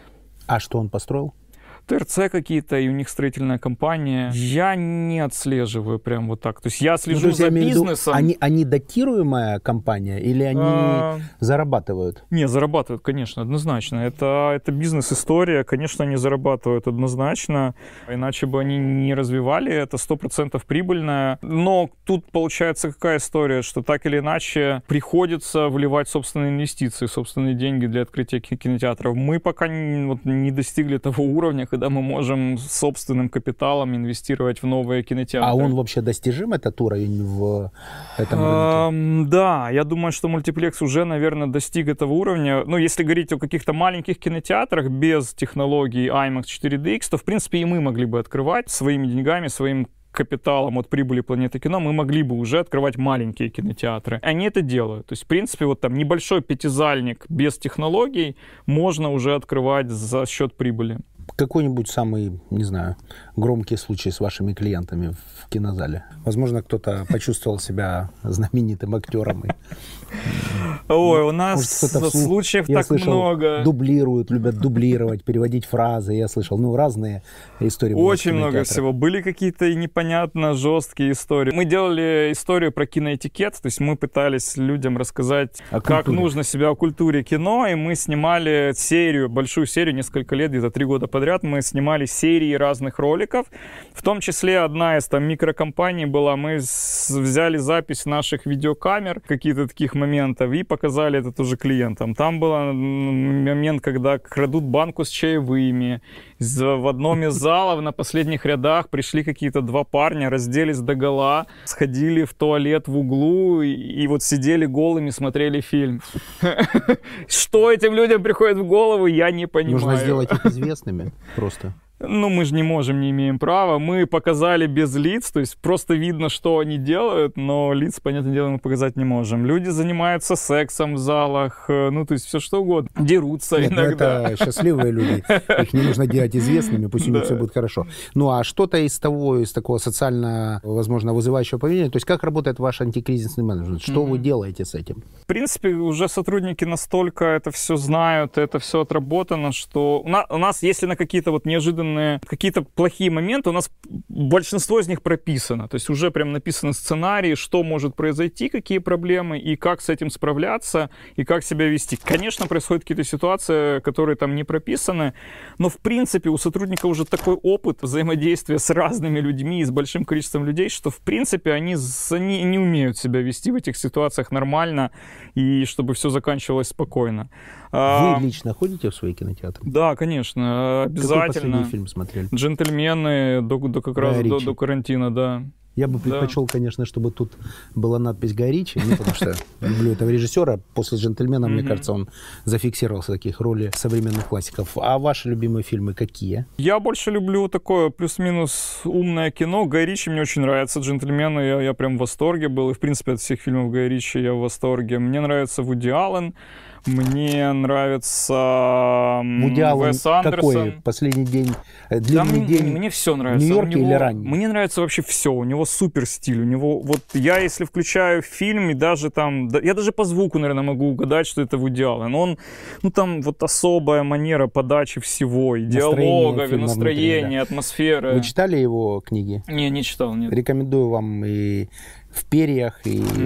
А что он построил? ТРЦ какие-то, и у них строительная компания. Я не отслеживаю прям вот так. То есть я слежу за бизнесом. Они датируемая компания или они зарабатывают? Не, зарабатывают, конечно, однозначно. Это бизнес-история, конечно, они зарабатывают однозначно. Иначе бы они не развивали, это 100% прибыльно. Но тут получается какая история, что так или иначе приходится вливать собственные инвестиции, собственные деньги для открытия кинотеатров. Мы пока не достигли того уровня, когда мы можем собственным капиталом инвестировать в новые кинотеатры. А он вообще достижим, этот уровень в этом рынке? Да, я думаю, что мультиплекс уже, наверное, достиг этого уровня. Ну, если говорить о каких-то маленьких кинотеатрах без технологий IMAX 4DX, то, в принципе, и мы могли бы открывать своими деньгами, своим капиталом от прибыли Планеты Кино, мы могли бы уже открывать маленькие кинотеатры. Они это делают. То есть, в принципе, вот там небольшой пятизальник без технологий можно уже открывать за счет прибыли. Какой-нибудь самый, не знаю, громкий случай с вашими клиентами в кинозале? Возможно, кто-то почувствовал себя знаменитым актером. Ой, у нас случаев так много. Дублируют, любят дублировать, переводить фразы. Я слышал, разные истории. Очень много всего. Были какие-то непонятно жесткие истории. Мы делали историю про киноэтикет, то есть мы пытались людям рассказать, как нужно себя о культуре кино, и мы снимали серию, большую серию, несколько лет, где-то 3 года подряд, мы снимали серии разных роликов. В том числе одна из там микрокомпаний была, мы взяли запись наших видеокамер, какие-то таких моментов, и показали это тоже клиентам. Там был момент, когда крадут банку с чаевыми. В одном из залов на последних рядах пришли какие-то 2 парня, разделись догола, сходили в туалет в углу и вот сидели голыми, смотрели фильм. Что этим людям приходит в голову, я не понимаю. Нужно сделать их известными просто. Ну, мы же не можем, не имеем права. Мы показали без лиц, то есть просто видно, что они делают, но лиц, понятное дело, мы показать не можем. Люди занимаются сексом в залах, то есть все что угодно. Дерутся иногда. Это счастливые люди. Их не нужно делать известными, пусть у них все будет хорошо. Ну, а что-то из такого социально, возможно, вызывающего поведения, то есть как работает ваш антикризисный менеджмент? Что вы делаете с этим? В принципе, уже сотрудники настолько это все знают, это все отработано, что у нас, если на какие-то вот неожиданные какие-то плохие моменты, у нас большинство из них прописано. То есть уже прям написаны сценарии, что может произойти, какие проблемы, и как с этим справляться, и как себя вести. Конечно, происходят какие-то ситуации, которые там не прописаны, но в принципе у сотрудника уже такой опыт взаимодействия с разными людьми и с большим количеством людей, что в принципе они не умеют себя вести в этих ситуациях нормально, и чтобы все заканчивалось спокойно. Вы лично ходите в свои кинотеатры? Да, конечно, обязательно. Какой последний фильм смотрели? «Джентльмены» как раз до карантина, да. Я бы предпочел, конечно, чтобы тут была надпись «Гай Ричи», потому что люблю этого режиссера. После «Джентльмена», мне кажется, он зафиксировался в таких роли современных классиков. А ваши любимые фильмы какие? Я больше люблю такое плюс-минус умное кино. Гай Ричи мне очень нравится. «Джентльмены» я прям в восторге был. И, в принципе, от всех фильмов Гая Ричи я в восторге. Мне нравится Вуди Аллен. Мне нравится Уэс Андерсон. Какой? Последний день, длинный день? Мне все нравится. В Нью-Йорке или ранний? Мне нравится вообще все. У него него супер стиль. У него, вот я, если включаю фильм, и даже там, я даже по звуку, наверное, могу угадать, что это Вуди Аллен. Он, ну там вот особая манера подачи всего, и диалогов, и настроения, да. Атмосферы. Вы читали его книги? Не читал, нет. Рекомендую вам и «В перьях»,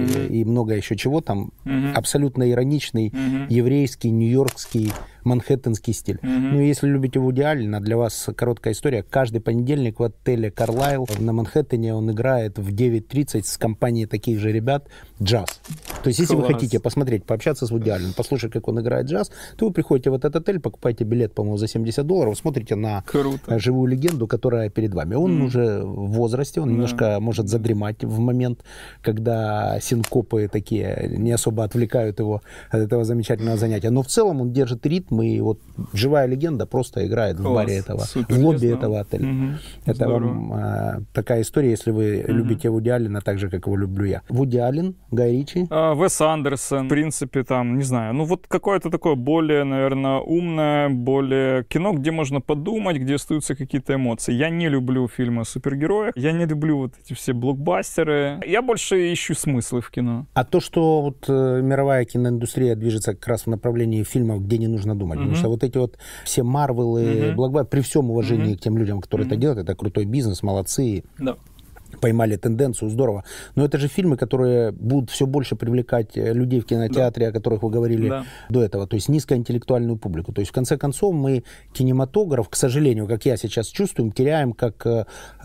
и много еще чего там. Абсолютно ироничный, еврейский, нью-йоркский, манхэттенский стиль. Ну, если любите Вуди Аллена, для вас короткая история. Каждый понедельник в отеле «Карлайл» на Манхэттене он играет в 9:30 с компанией таких же ребят джаз. То есть, если вы хотите посмотреть, пообщаться с Вуди Алленом, послушать, как он играет джаз, то вы приходите в этот отель, покупаете билет, по-моему, за $70, смотрите на живую легенду, которая перед вами. Он уже в возрасте, он немножко может задремать в момент, когда синкопы такие не особо отвлекают его от этого замечательного занятия. Но в целом он держит ритм, и вот живая легенда просто играет в баре этого, в лобби этого отеля. Это вам такая история, если вы любите Вуди Аллена так же, как его люблю я. Вуди Аллен, Гай Ричи. Вес Андерсон, в принципе, там, не знаю, ну вот какое-то такое более, наверное, умное, более кино, где можно подумать, где остаются какие-то эмоции. Я не люблю фильмы о супергероях, я не люблю вот эти все блокбастеры. Я больше ищу смыслы в кино. А то, что вот мировая киноиндустрия движется как раз в направлении фильмов, где не нужно думать, потому что вот эти вот все Марвелы, блокбастеры, при всем уважении к тем людям, которые это делают, это крутой бизнес, молодцы. Да. Поймали тенденцию, здорово. Но это же фильмы, которые будут все больше привлекать людей в кинотеатре, о которых вы говорили до этого, то есть низкоинтеллектуальную публику. То есть, в конце концов, мы кинематограф, к сожалению, как я сейчас чувствую, теряем как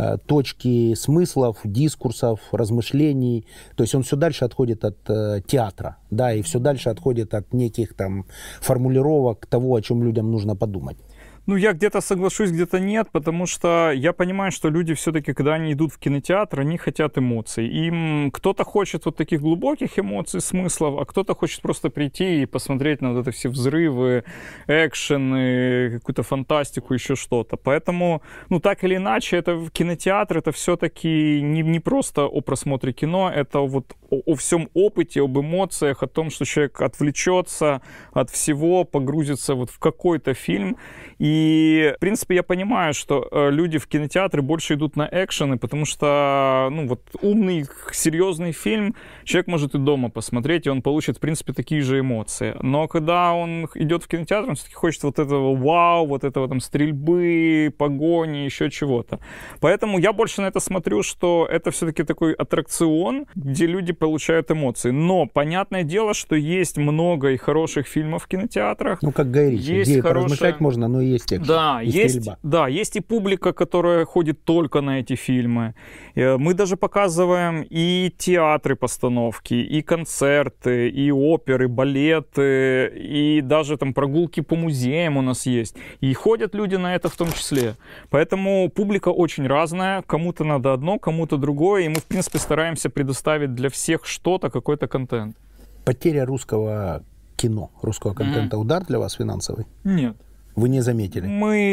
точки смыслов, дискурсов, размышлений. То есть он все дальше отходит от театра, да, и все дальше отходит от неких там формулировок того, о чем людям нужно подумать. Ну, я где-то соглашусь, где-то нет, потому что я понимаю, что люди все-таки, когда они идут в кинотеатр, они хотят эмоций. Им кто-то хочет вот таких глубоких эмоций, смыслов, а кто-то хочет просто прийти и посмотреть на вот это все взрывы, экшены, какую-то фантастику, еще что-то. Поэтому, ну, так или иначе, это кинотеатр, это все-таки не просто о просмотре кино, это вот о всем опыте, об эмоциях, о том, что человек отвлечется от всего, погрузится вот в какой-то фильм. И, в принципе, я понимаю, что люди в кинотеатры больше идут на экшены, потому что, ну, вот умный, серьезный фильм человек может и дома посмотреть, и он получит, в принципе, такие же эмоции. Но когда он идет в кинотеатр, он все-таки хочет вот этого вау, вот этого там стрельбы, погони, еще чего-то. Поэтому я больше на это смотрю, что это все-таки такой аттракцион, где люди получают эмоции. Но понятное дело, что есть много и хороших фильмов в кинотеатрах. Ну, как Гай Ричи, где поразмышлять можно, но и есть экшен, есть и публика, которая ходит только на эти фильмы. Мы даже показываем и театры постановки, и концерты, и оперы, балеты, и даже там прогулки по музеям у нас есть. И ходят люди на это в том числе. Поэтому публика очень разная. Кому-то надо одно, кому-то другое. И мы, в принципе, стараемся предоставить для всех что-то, какой-то контент. Потеря русского кино, русского контента, удар для вас финансовый? Нет. Вы не заметили?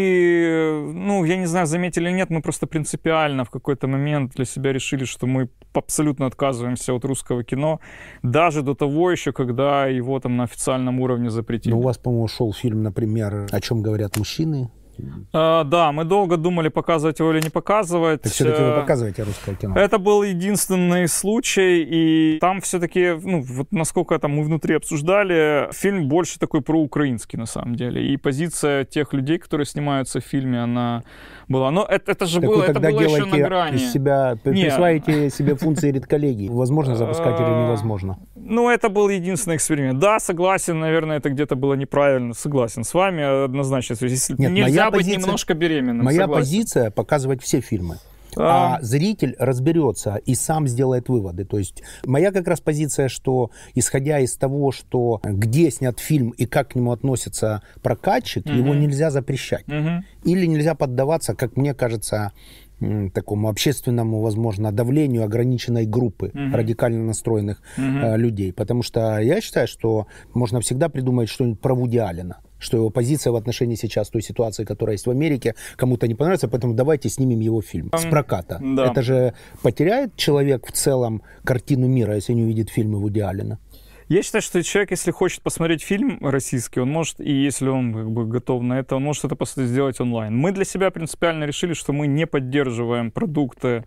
Мы, ну, я не знаю, заметили или нет, мы просто принципиально в какой-то момент для себя решили, что мы абсолютно отказываемся от русского кино, даже до того еще, когда его там на официальном уровне запретили. Но у вас, по-моему, шел фильм, например, «О чем говорят мужчины». Да, мы долго думали, показывать его или не показывать. Так все-таки вы показываете русское кино? Это был единственный случай, и там все-таки, ну, вот насколько там мы внутри обсуждали, фильм больше такой проукраинский на самом деле. И позиция тех людей, которые снимаются в фильме, она была. Но это же было, это было еще на грани. Из себя, присваиваете себе функции редколлегии. Возможно запускать или невозможно? Ну, это был единственный эксперимент. Да, согласен, наверное, это где-то было неправильно. Согласен с вами однозначно. Если нельзя быть немножко беременным. Моя позиция — показывать все фильмы. А зритель разберется и сам сделает выводы. То есть моя как раз позиция, что исходя из того, что где снят фильм и как к нему относится прокатчик, его нельзя запрещать. Или нельзя поддаваться, как мне кажется, такому общественному, возможно, давлению ограниченной группы радикально настроенных людей. Потому что я считаю, что можно всегда придумать что-нибудь про Вуди Аллена, что его позиция в отношении сейчас той ситуации, которая есть в Америке, кому-то не понравится, поэтому давайте снимем его фильм с проката. Да. Это же потеряет человек в целом картину мира, если не увидит фильмы Вуди Аллена? Я считаю, что человек, если хочет посмотреть фильм российский, он может, и если он как бы готов на это, он может это сделать онлайн. Мы для себя принципиально решили, что мы не поддерживаем продукты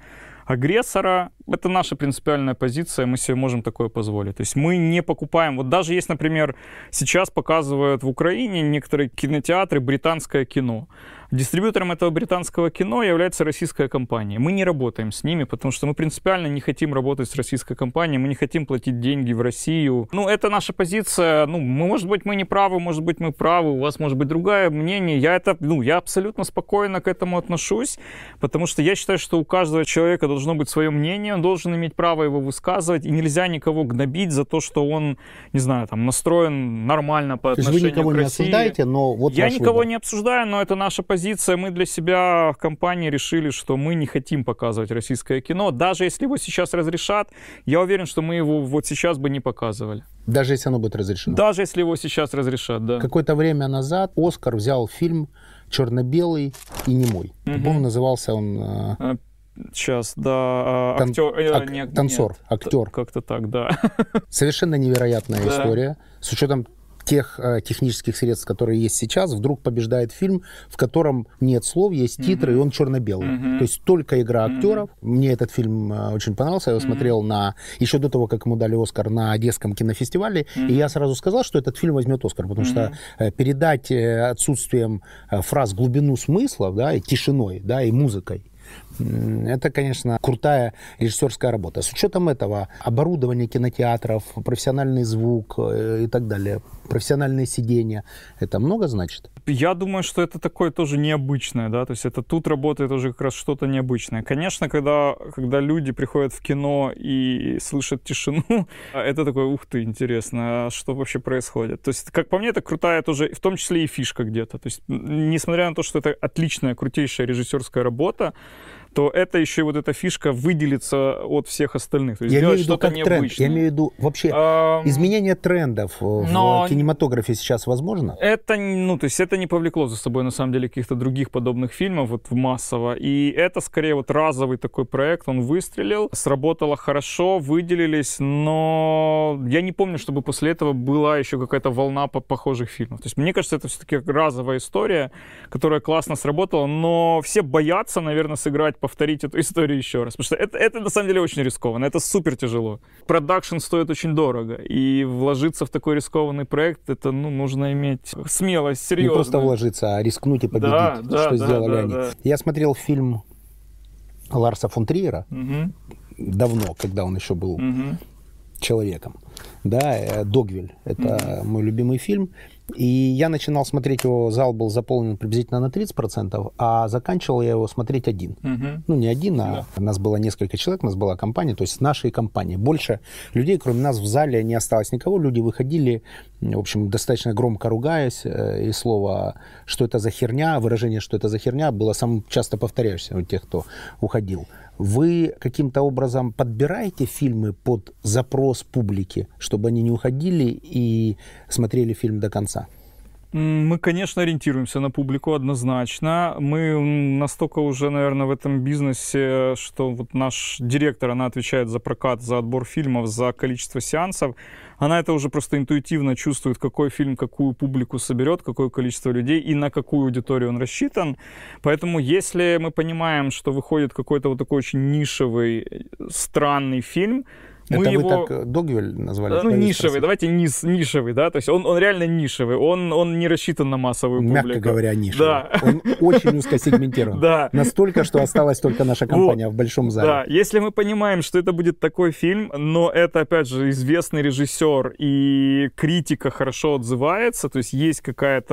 агрессора. Это наша принципиальная позиция, мы себе можем такое позволить. То есть мы не покупаем... Вот даже есть, например, сейчас показывают в Украине некоторые кинотеатры британское кино. Дистрибьютором этого британского кино является российская компания. Мы не работаем с ними, потому что мы принципиально не хотим работать с российской компанией, мы не хотим платить деньги в Россию. Ну, это наша позиция. Ну, может быть, мы не правы, может быть, мы правы, у вас может быть другое мнение. Я абсолютно спокойно к этому отношусь, потому что я считаю, что у каждого человека должно быть свое мнение, он должен иметь право его высказывать, и нельзя никого гнобить за то, что он, не знаю, там, настроен нормально по отношению к России. То есть вы никого не осуждаете, но вот я ваш никого выбор. не обсуждаю, но это наша позиция. Мы для себя в компании решили, что мы не хотим показывать российское кино. Даже если его сейчас разрешат, я уверен, что мы его вот сейчас бы не показывали. Даже если оно будет разрешено? Даже если его сейчас разрешат, да. Какое-то время назад «Оскар» взял фильм черно-белый и немой. По-моему, назывался он... Сейчас, да, актер... Танцор, актер. Как-то так, да. Совершенно невероятная история. С учетом тех технических средств, которые есть сейчас, вдруг побеждает фильм, в котором нет слов, есть титры, и он черно-белый. То есть только игра актеров. Мне этот фильм очень понравился. Я его смотрел еще до того, как ему дали «Оскар» на Одесском кинофестивале. И я сразу сказал, что этот фильм возьмет «Оскар», потому что передать отсутствием фраз глубину смыслов, да, и тишиной, да, и музыкой, это, конечно, крутая режиссерская работа. С учетом этого оборудование кинотеатров, профессиональный звук и так далее, профессиональные сидения, это много значит? Я думаю, что это такое тоже необычное, да, то есть это тут работает уже как раз что-то необычное. Конечно, когда люди приходят в кино и слышат тишину, это такое, ух ты, интересно, а что вообще происходит? То есть, как по мне, это крутая тоже, в том числе и фишка где-то. То есть, несмотря на то, что это отличная, крутейшая режиссерская работа, то это еще и вот эта фишка выделится от всех остальных. То есть я сделать имею в виду что-то как тренд. Я имею в виду вообще изменение трендов в кинематографе сейчас возможно? Это, то есть это не повлекло за собой на самом деле каких-то других подобных фильмов вот массово. И это скорее вот разовый такой проект, он выстрелил, сработало хорошо, выделились, но я не помню, чтобы после этого была еще какая-то волна похожих фильмов. То есть мне кажется, это все-таки разовая история, которая классно сработала, но все боятся, наверное, повторить эту историю еще раз. Потому что это на самом деле очень рискованно, это супер тяжело. Продакшн стоит очень дорого, и вложиться в такой рискованный проект, это нужно иметь смелость, серьезно. Не просто вложиться, а рискнуть и победить, что сделали они. Да. Я смотрел фильм Ларса фон Триера давно, когда он еще был человеком. Да, «Догвиль» — это мой любимый фильм. И я начинал смотреть его, зал был заполнен приблизительно на 30%, а заканчивал я его смотреть один. Ну, не один, а нас было несколько человек, у нас была компания, то есть нашей компании. Больше людей, кроме нас, в зале не осталось никого. Люди выходили, в общем, достаточно громко ругаясь, и слово «что это за херня», выражение «что это за херня» было самым часто повторяющимся у тех, кто уходил. Вы каким-то образом подбираете фильмы под запрос публики, чтобы они не уходили и смотрели фильм до конца? Мы, конечно, ориентируемся на публику однозначно. Мы настолько уже, наверное, в этом бизнесе, что вот наш директор, она отвечает за прокат, за отбор фильмов, за количество сеансов. Она это уже просто интуитивно чувствует, какой фильм, какую публику соберет, какое количество людей и на какую аудиторию он рассчитан. Поэтому если мы понимаем, что выходит какой-то вот такой очень нишевый, странный фильм, это вы так «Догвиль» назвали? Нишевый, давайте нишевый, да, то есть он реально нишевый, он не рассчитан на массовую публику. Мягко говоря, нишевый. Да. Он очень узкосегментирован. Да. Настолько, что осталась только наша компания в большом зале. Да, если мы понимаем, что это будет такой фильм, но это, опять же, известный режиссер, и критика хорошо отзывается, то есть есть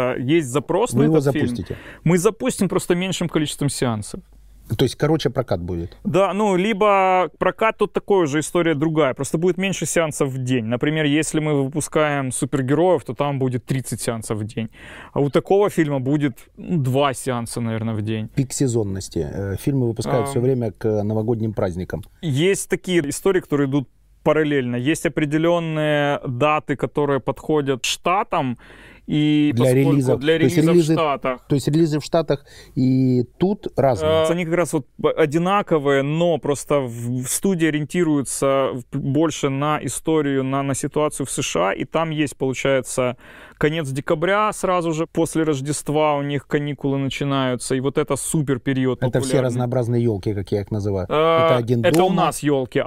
запрос на этот фильм. Вы его запустите? Мы запустим просто меньшим количеством сеансов. То есть, короче, прокат будет? Да, либо прокат тут такой же, история другая. Просто будет меньше сеансов в день. Например, если мы выпускаем супергероев, то там будет 30 сеансов в день. А у такого фильма будет 2 сеанса, наверное, в день. Пик сезонности. Фильмы выпускают все время к новогодним праздникам. Есть такие истории, которые идут параллельно. Есть определенные даты, которые подходят штатам. И для релизов в Штатах. То есть релизы в Штатах и тут разные? Они как раз вот одинаковые, но просто в студии ориентируются больше на историю, на ситуацию в США, и там есть, получается, конец декабря, сразу же после Рождества у них каникулы начинаются, и вот это супер период популярный. Это все разнообразные елки, как я их называю. Это один это дома. у нас елки,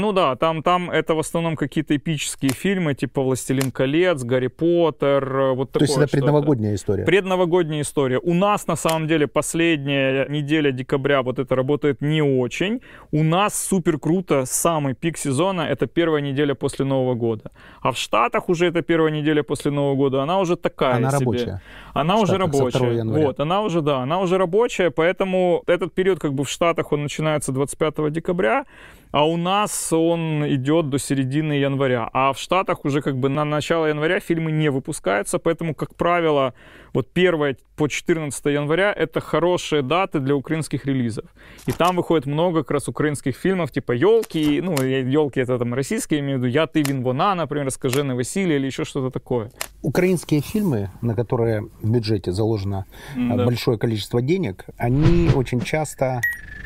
там это в основном какие-то эпические фильмы, типа «Властелин колец», «Гарри Поттер», вот такое. То есть это предновогодняя история? Предновогодняя история. У нас, на самом деле, последняя неделя декабря вот это работает не очень. У нас супер круто, самый пик сезона — это первая неделя после Нового года. А в Штатах уже это первая неделя после Нового года, она уже такая она себе. Рабочая. Она уже рабочая. Вот, она уже рабочая, поэтому этот период как бы в Штатах он начинается 25 декабря, а у нас он идет до середины января. А в Штатах уже как бы на начало января фильмы не выпускаются, поэтому, как правило, вот 1 по 14 января — это хорошие даты для украинских релизов. И там выходит много как раз украинских фильмов, типа «Елки», ну, «Елки» — это там российские, я имею в виду, «Я, ты, він, вона», например, «Скажене Василий» или еще что-то такое. Украинские фильмы, на которые в бюджете заложено большое количество денег, они очень часто...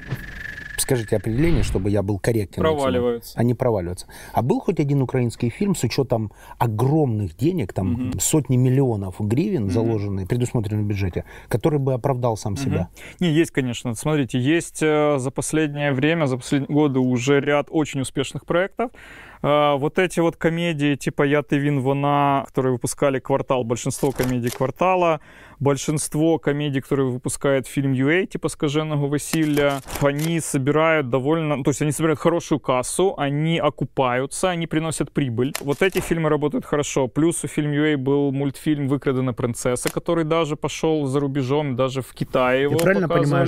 Скажите определение, чтобы я был корректен. Проваливаются. Они проваливаются. А был хоть один украинский фильм с учетом огромных денег, там сотни миллионов гривен заложенные, предусмотренные в бюджете, который бы оправдал сам себя? Не, есть, конечно. Смотрите, есть за последнее время, за последние годы уже ряд очень успешных проектов. Вот эти вот комедии типа «Я, ты, він, вона», которые выпускали «Квартал», большинство комедий «Квартала», большинство комедий, которые выпускает фильм UA, типа «Скаженого Василия», они собирают довольно, то есть они собирают хорошую кассу, они окупаются, они приносят прибыль. Вот эти фильмы работают хорошо. Плюс у фильма UA был мультфильм «Выкрадена принцесса», который даже пошел за рубежом, даже в Китае его показывали. Я правильно понимаю,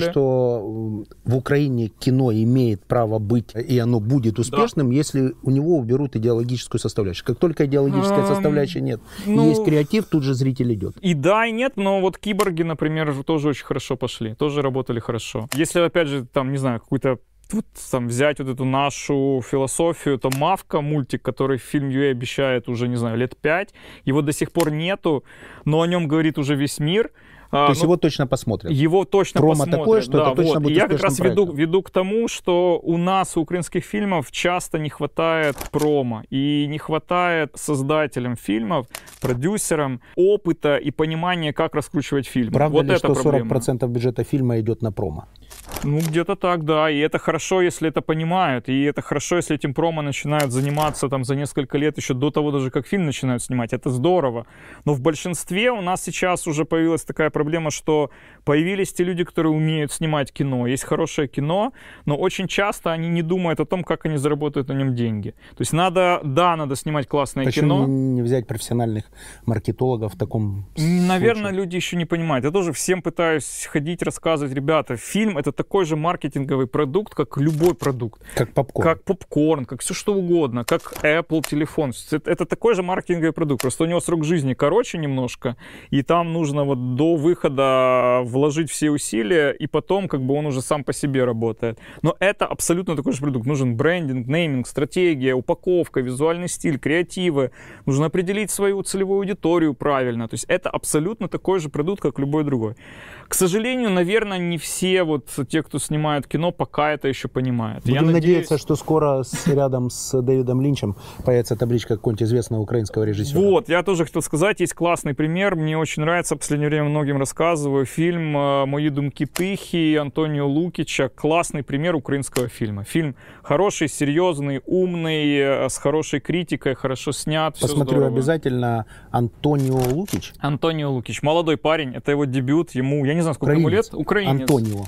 что в Украине кино имеет право быть, и оно будет успешным, если у него уберут идеологическую составляющую? Как только идеологическая составляющая нет, есть креатив, тут же зритель идет. И да, и нет, но вот «Киборги», например, тоже очень хорошо пошли, тоже работали хорошо. Если, опять же, там, не знаю, какую-то вот, там, взять вот эту нашу философию, то «Мавка», мультик, который фильм UA обещает уже, не знаю, лет 5, его до сих пор нету, но о нем говорит уже весь мир. То есть его точно посмотрят? Его точно посмотрят. Промо такое, что это точно вот. будет Я как раз проектом. веду к тому, что у нас, у украинских фильмов, часто не хватает промо. И не хватает создателям фильмов, продюсерам опыта и понимания, как раскручивать фильм. Правда вот ли, это что 40% бюджета фильма идет на промо? Ну, где-то так, да. И это хорошо, если это понимают. И это хорошо, если этим промо начинают заниматься там за несколько лет, еще до того даже, как фильм начинают снимать. Это здорово. Но в большинстве у нас сейчас уже появилась такая проблема, что появились те люди, которые умеют снимать кино. Есть хорошее кино, но очень часто они не думают о том, как они заработают на нем деньги. То есть надо снимать классное кино. Почему не взять профессиональных маркетологов в таком Наверное, случае? люди еще не понимают. Я тоже всем пытаюсь ходить, рассказывать. Ребята, фильм — это такой же маркетинговый продукт, как любой продукт. Как попкорн. Как попкорн, как все что угодно, как Apple телефон. Это такой же маркетинговый продукт, просто у него срок жизни короче немножко, и там нужно вот до выхода вложить все усилия, и потом как бы он уже сам по себе работает. Но это абсолютно такой же продукт. Нужен брендинг, нейминг, стратегия, упаковка, визуальный стиль, креативы. Нужно определить свою целевую аудиторию правильно. То есть это абсолютно такой же продукт, как любой другой. К сожалению, наверное, не все вот те, кто снимает кино, пока это еще понимают. Будем надеяться, что скоро рядом с Дэвидом Линчем появится табличка какого-нибудь известного украинского режиссера. Вот, я тоже хотел сказать, есть классный пример, мне очень нравится, в последнее время многим рассказываю, фильм «Мої думки тихі» Антонио Лукича, классный пример украинского фильма. Фильм хороший, серьезный, умный, с хорошей критикой, хорошо снят, Посмотрю обязательно. Антонио Лукич? Антонио Лукич, молодой парень, это его дебют, ему, я не знаю, сколько ему лет, украинец.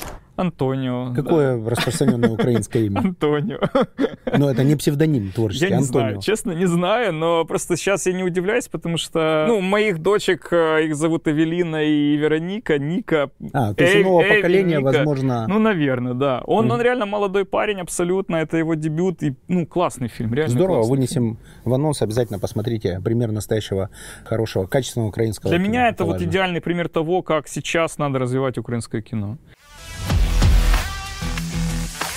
Антонио. Какое распространенное украинское имя? Антонио. Но это не псевдоним творческий. Я не знаю, честно, не знаю, но просто сейчас я не удивляюсь, потому что, моих дочек, их зовут Эвелина и Вероника, Ника. То есть у нового поколения, возможно... Ну, наверное, да. Он реально молодой парень, абсолютно, это его дебют, и, классный фильм, реально здорово, классный. Вынесем в анонс, обязательно посмотрите пример настоящего, хорошего, качественного украинского кино. Для меня это вот идеальный пример того, как сейчас надо развивать украинское кино.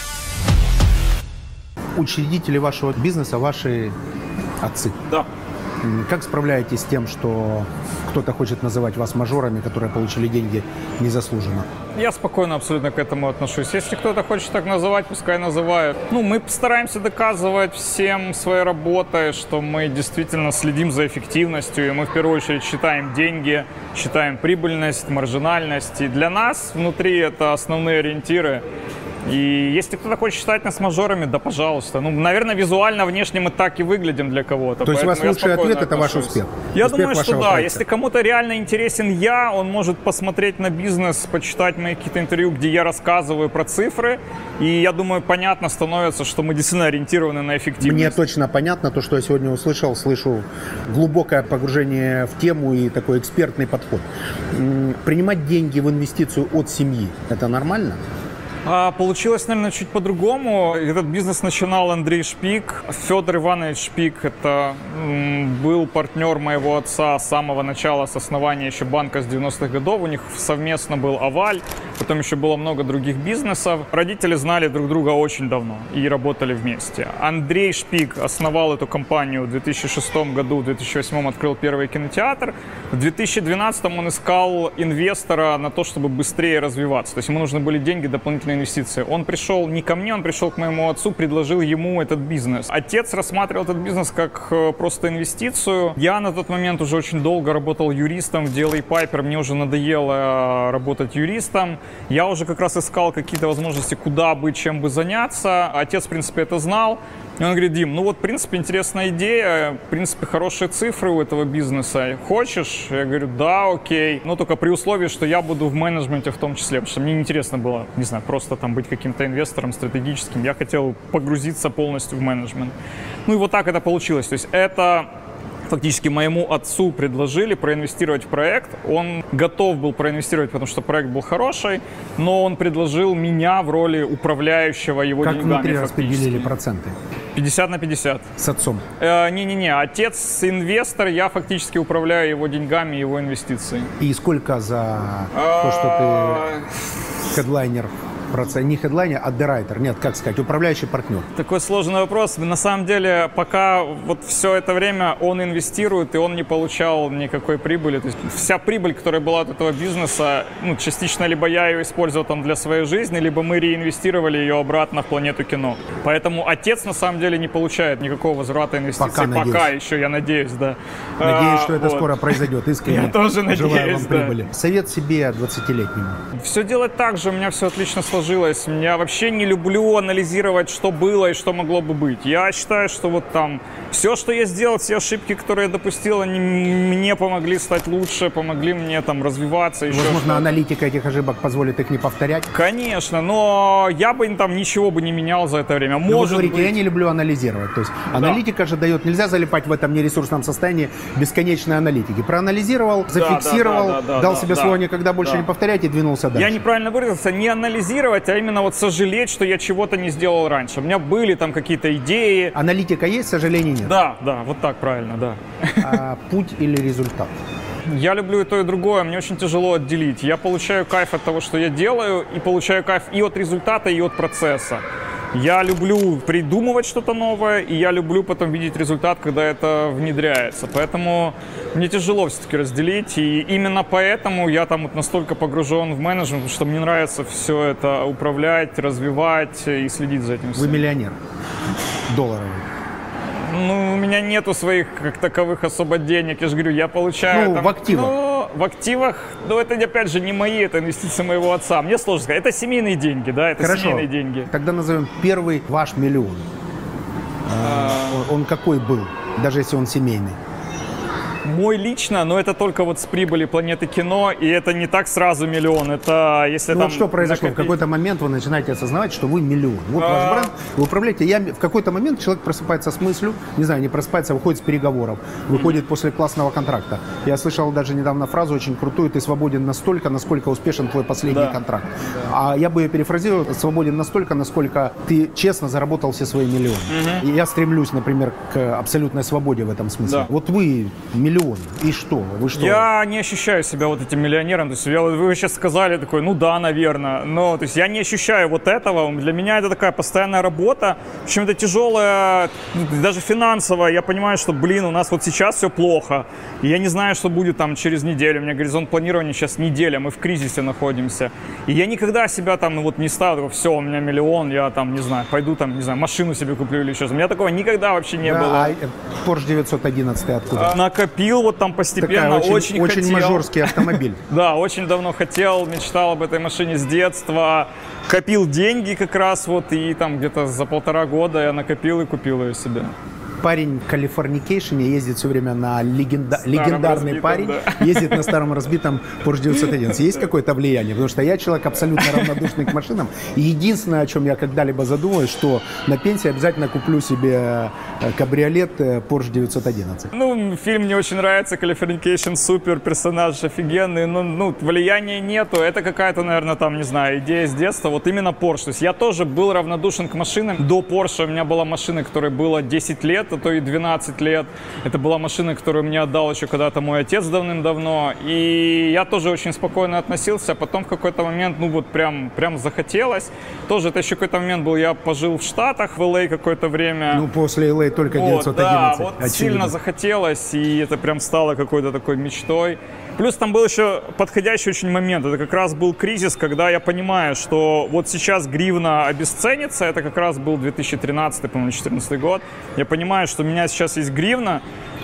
Учредители вашего бизнеса, ваши отцы. Да. Как справляетесь с тем, что кто-то хочет называть вас мажорами, которые получили деньги незаслуженно? Я спокойно абсолютно к этому отношусь. Если кто-то хочет так называть, пускай называют. Мы стараемся доказывать всем своей работой, что мы действительно следим за эффективностью, и мы в первую очередь считаем деньги, считаем прибыльность, маржинальность. И для нас внутри это основные ориентиры. И если кто-то хочет считать нас мажорами, да, пожалуйста. Наверное, визуально, внешне мы так и выглядим для кого-то. То есть у вас лучший ответ – это ваш успех? Я успех думаю, что да. проекта. Если кому-то реально интересен я, он может посмотреть на бизнес, почитать мои какие-то интервью, где я рассказываю про цифры. И я думаю, понятно становится, что мы действительно ориентированы на эффективность. Мне точно понятно то, что я сегодня услышал. Слышу глубокое погружение в тему и такой экспертный подход. Принимать деньги в инвестицию от семьи – это нормально? Получилось, наверное, чуть по-другому. Этот бизнес начинал Андрей Шпик. Федор Иванович Шпик – это был партнер моего отца с самого начала, с основания еще банка с 90-х годов. У них совместно был Аваль, потом еще было много других бизнесов. Родители знали друг друга очень давно и работали вместе. Андрей Шпик основал эту компанию в 2006 году, в 2008 открыл первый кинотеатр. В 2012 он искал инвестора на то, чтобы быстрее развиваться. То есть ему нужны были деньги, дополнительные инвестиции. Он пришел не ко мне, он пришел к моему отцу, предложил ему этот бизнес. Отец рассматривал этот бизнес как просто инвестицию. Я на тот момент уже очень долго работал юристом в DLA Piper, мне уже надоело работать юристом. Я уже как раз искал какие-то возможности, куда бы, чем бы заняться. Отец, в принципе, это знал. И он говорит: Дим, в принципе, интересная идея, в принципе, хорошие цифры у этого бизнеса. Хочешь? Я говорю: да, окей. Но только при условии, что я буду в менеджменте в том числе, потому что мне неинтересно было, не знаю, просто там быть каким-то инвестором стратегическим. Я хотел погрузиться полностью в менеджмент. И вот так это получилось. То есть это фактически моему отцу предложили проинвестировать в проект. Он готов был проинвестировать, потому что проект был хороший, но он предложил меня в роли управляющего его как деньгами. Как внутри распределили проценты? 50 на 50. С отцом? Не-не-не, отец инвестор, я фактически управляю его деньгами, его инвестициями. И сколько за то, что ты хедлайнер? Не хедлайнер, а дерайтер. Нет, как сказать, управляющий партнер. Такой сложный вопрос. На самом деле, пока вот все это время он инвестирует, и он не получал никакой прибыли. То есть вся прибыль, которая была от этого бизнеса, частично либо я ее использовал там для своей жизни, либо мы реинвестировали ее обратно в Планету Кино. Поэтому отец на самом деле не получает никакого возврата инвестиций. Пока еще, я надеюсь, да. Надеюсь, что это скоро произойдет. Искренне. Я тоже надеюсь, желаю вам прибыли. Да. Совет себе 20-летнему. Все делать так же, у меня все отлично сложилось. Я вообще не люблю анализировать, что было и что могло бы быть. Я считаю, что вот там все, что я сделал, все ошибки, которые я допустил, они мне помогли стать лучше, помогли мне там развиваться. Возможно, аналитика этих ошибок позволит их не повторять? Конечно, но я бы там ничего бы не менял за это время. Вы говорите, я не люблю анализировать. То есть аналитика же дает, нельзя залипать в этом нересурсном состоянии бесконечной аналитики. Проанализировал, зафиксировал, дал себе слово никогда больше не повторять и двинулся дальше. Я неправильно выразился, не анализировать, а именно вот сожалеть, что я чего-то не сделал раньше. У меня были там какие-то идеи. Аналитика есть, сожалений нет? Да, вот так правильно, да. А путь или результат? Я люблю и то, и другое. Мне очень тяжело отделить. Я получаю кайф от того, что я делаю, и получаю кайф и от результата, и от процесса. Я люблю придумывать что-то новое, и я люблю потом видеть результат, когда это внедряется. Поэтому мне тяжело все-таки разделить, и именно поэтому я там вот настолько погружен в менеджмент, потому что мне нравится все это управлять, развивать и следить за этим всем. Вы миллионер долларовый? У меня нету своих как таковых особо денег. Я же говорю, я получаю... в активах. В активах, это опять же не мои, это инвестиции моего отца. Мне сложно сказать. Это семейные деньги, да, это Хорошо. семейные деньги. Тогда назовем первый ваш миллион. Он какой был, даже если он семейный? Мой лично, но это только вот с прибыли Планеты Кино, и это не так сразу миллион, это если там... Вот что произошло? В какой-то момент вы начинаете осознавать, что вы миллион. Вот ваш бренд, вы управляете. В какой-то момент человек просыпается с мыслью, не знаю, не просыпается, выходит с переговоров, выходит после классного контракта. Я слышал даже недавно фразу очень крутую: ты свободен настолько, насколько успешен твой последний контракт. А я бы ее перефразировал: свободен настолько, насколько ты честно заработал все свои миллионы. И я стремлюсь, например, к абсолютной свободе в этом смысле. Да. Вот вы миллион миллион. И что? Вы что? Я не ощущаю себя вот этим миллионером. То есть вы сейчас сказали такой, ну да, наверное. Но то есть я не ощущаю вот этого. Для меня это такая постоянная работа. Причем это тяжелая, даже финансовая. Я понимаю, что, блин, у нас вот сейчас все плохо. И я не знаю, что будет там через неделю. У меня горизонт планирования сейчас неделя. Мы в кризисе находимся. И я никогда себя там, ну вот не ставил, все, у меня миллион, я там, не знаю, пойду там, не знаю, машину себе куплю или что-то. У меня такого никогда вообще не было. А Porsche 911 откуда? Накопил вот там постепенно, Такая очень очень мажорский автомобиль. Да, очень давно хотел, мечтал об этой машине с детства. Копил деньги как раз вот, и там где-то за 1,5 года я накопил и купил ее себе. Парень в Калифорникейшене ездит все время на легендарный разбитом, парень, да. ездит на старом разбитом Porsche 911. Есть какое-то влияние? Потому что я человек абсолютно равнодушный к машинам. И единственное, о чем я когда-либо задумываюсь, что на пенсии обязательно куплю себе кабриолет Porsche 911. Ну, фильм мне очень нравится, Калифорникейшн, супер, персонаж офигенный, но ну, влияния нету. Это какая-то, наверное, там, не знаю, идея с детства. Вот именно Porsche. То есть я тоже был равнодушен к машинам. До Porsche у меня была машина, которой было 10 лет, а то и 12 лет. Это была машина, которую мне отдал еще когда-то мой отец давным-давно. И я тоже очень спокойно относился. А потом в какой-то момент, ну вот прям захотелось. Тоже это еще какой-то момент был, я пожил в Штатах, в Л.А. какое-то время. Ну, после Л.А. только 911. Да, вот очевидно. сильно захотелось, и это прям стало какой-то такой мечтой. Плюс там был еще подходящий очень момент. Это как раз был кризис, когда я понимаю, что вот сейчас гривна обесценится. Это как раз был 2013, по-моему, 2014 год. Я понимаю, что у меня сейчас есть гривна,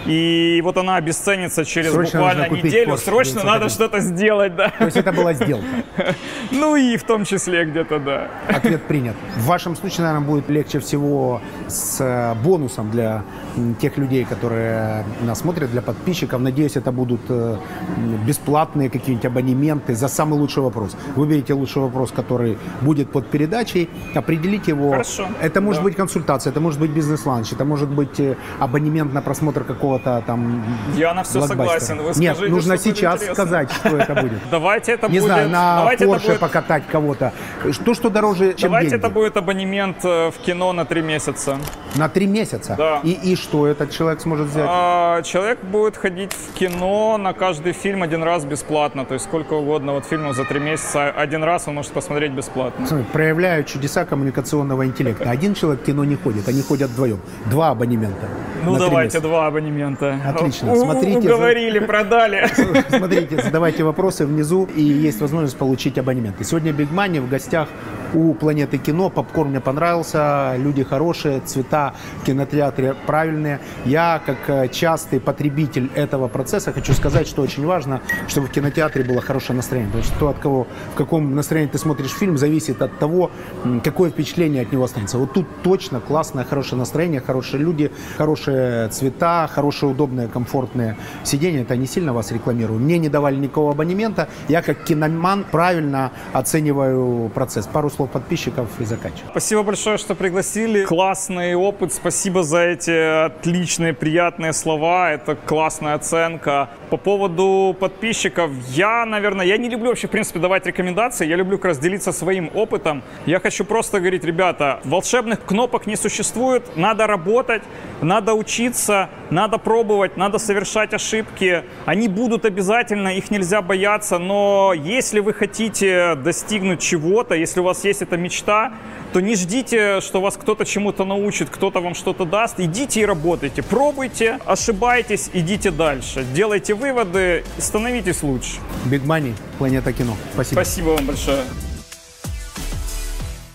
и вот она обесценится через Срочно буквально неделю. Porsche Срочно 911. надо что-то сделать, да. То есть это была сделка. Ну и в том числе где-то, да. Ответ принят. В вашем случае, наверное, будет легче всего с бонусом для тех людей, которые нас смотрят, для подписчиков. Надеюсь, это будут бесплатные какие-нибудь абонементы за самый лучший вопрос. Выберите лучший вопрос, который будет под передачей, определите его. Хорошо. Это может Да. быть консультация, это может быть бизнес-ланч, это может быть абонемент на просмотр какого-то там Я на все блокбастера. согласен. Вы Нет, скажите, нужно что будет сейчас интересно. сказать, что это будет. Давайте это Не будет... знаю, на давайте это Porsche будет- покатать кого-то. Что дороже, чем Давайте деньги? это будет абонемент в кино на 3 месяца. На 3 месяца? Да. И что этот человек сможет взять? Человек будет ходить в кино на каждый фильм 1 раз бесплатно. То есть сколько угодно вот фильмов за 3 месяца 1 раз он может посмотреть бесплатно. Смотри, проявляют чудеса коммуникационного интеллекта. Один человек в кино не ходит, они ходят вдвоем. 2 абонемента. Ну на 3 давайте месяца. 2 абонемента. Отлично. Смотрите, Уговорили, продали. Смотрите, задавайте вопросы внизу, и есть возможность получить абонементы. Сегодня Big Money в гостях у Планеты Кино. Попкорн мне понравился, люди хорошие, цвета в кинотеатре правильные. Я, как частый потребитель этого процесса, хочу сказать, что очень важно, чтобы в кинотеатре было хорошее настроение. Потому что то, от кого, в каком настроении ты смотришь фильм, зависит от того, какое впечатление от него останется. Вот тут точно классное, хорошее настроение, хорошие люди, хорошие цвета, хорошие, удобные, комфортные сиденья. Это не сильно вас рекламирую. Мне не давали никакого абонемента. Я, как киноман, правильно оцениваю процесс. Пару слов подписчиков и заканчиваю. Спасибо большое, что пригласили. Классный опыт. Спасибо за эти отличные, приятные слова. Это классная оценка. По поводу подписчиков, я не люблю вообще, в принципе, давать рекомендации. Я люблю как раз делиться своим опытом. Я хочу просто говорить, ребята, волшебных кнопок не существует. Надо работать, надо учиться, надо пробовать, надо совершать ошибки. Они будут обязательно, их нельзя бояться. Но если вы хотите достигнуть чего-то, если у вас есть эта мечта, то не ждите, что вас кто-то чему-то научит, кто-то вам что-то даст. Идите и работайте, пробуйте, ошибайтесь, идите дальше. Делайте выводы и становитесь лучше. Big Money, Планета Кино. Спасибо. Спасибо вам большое.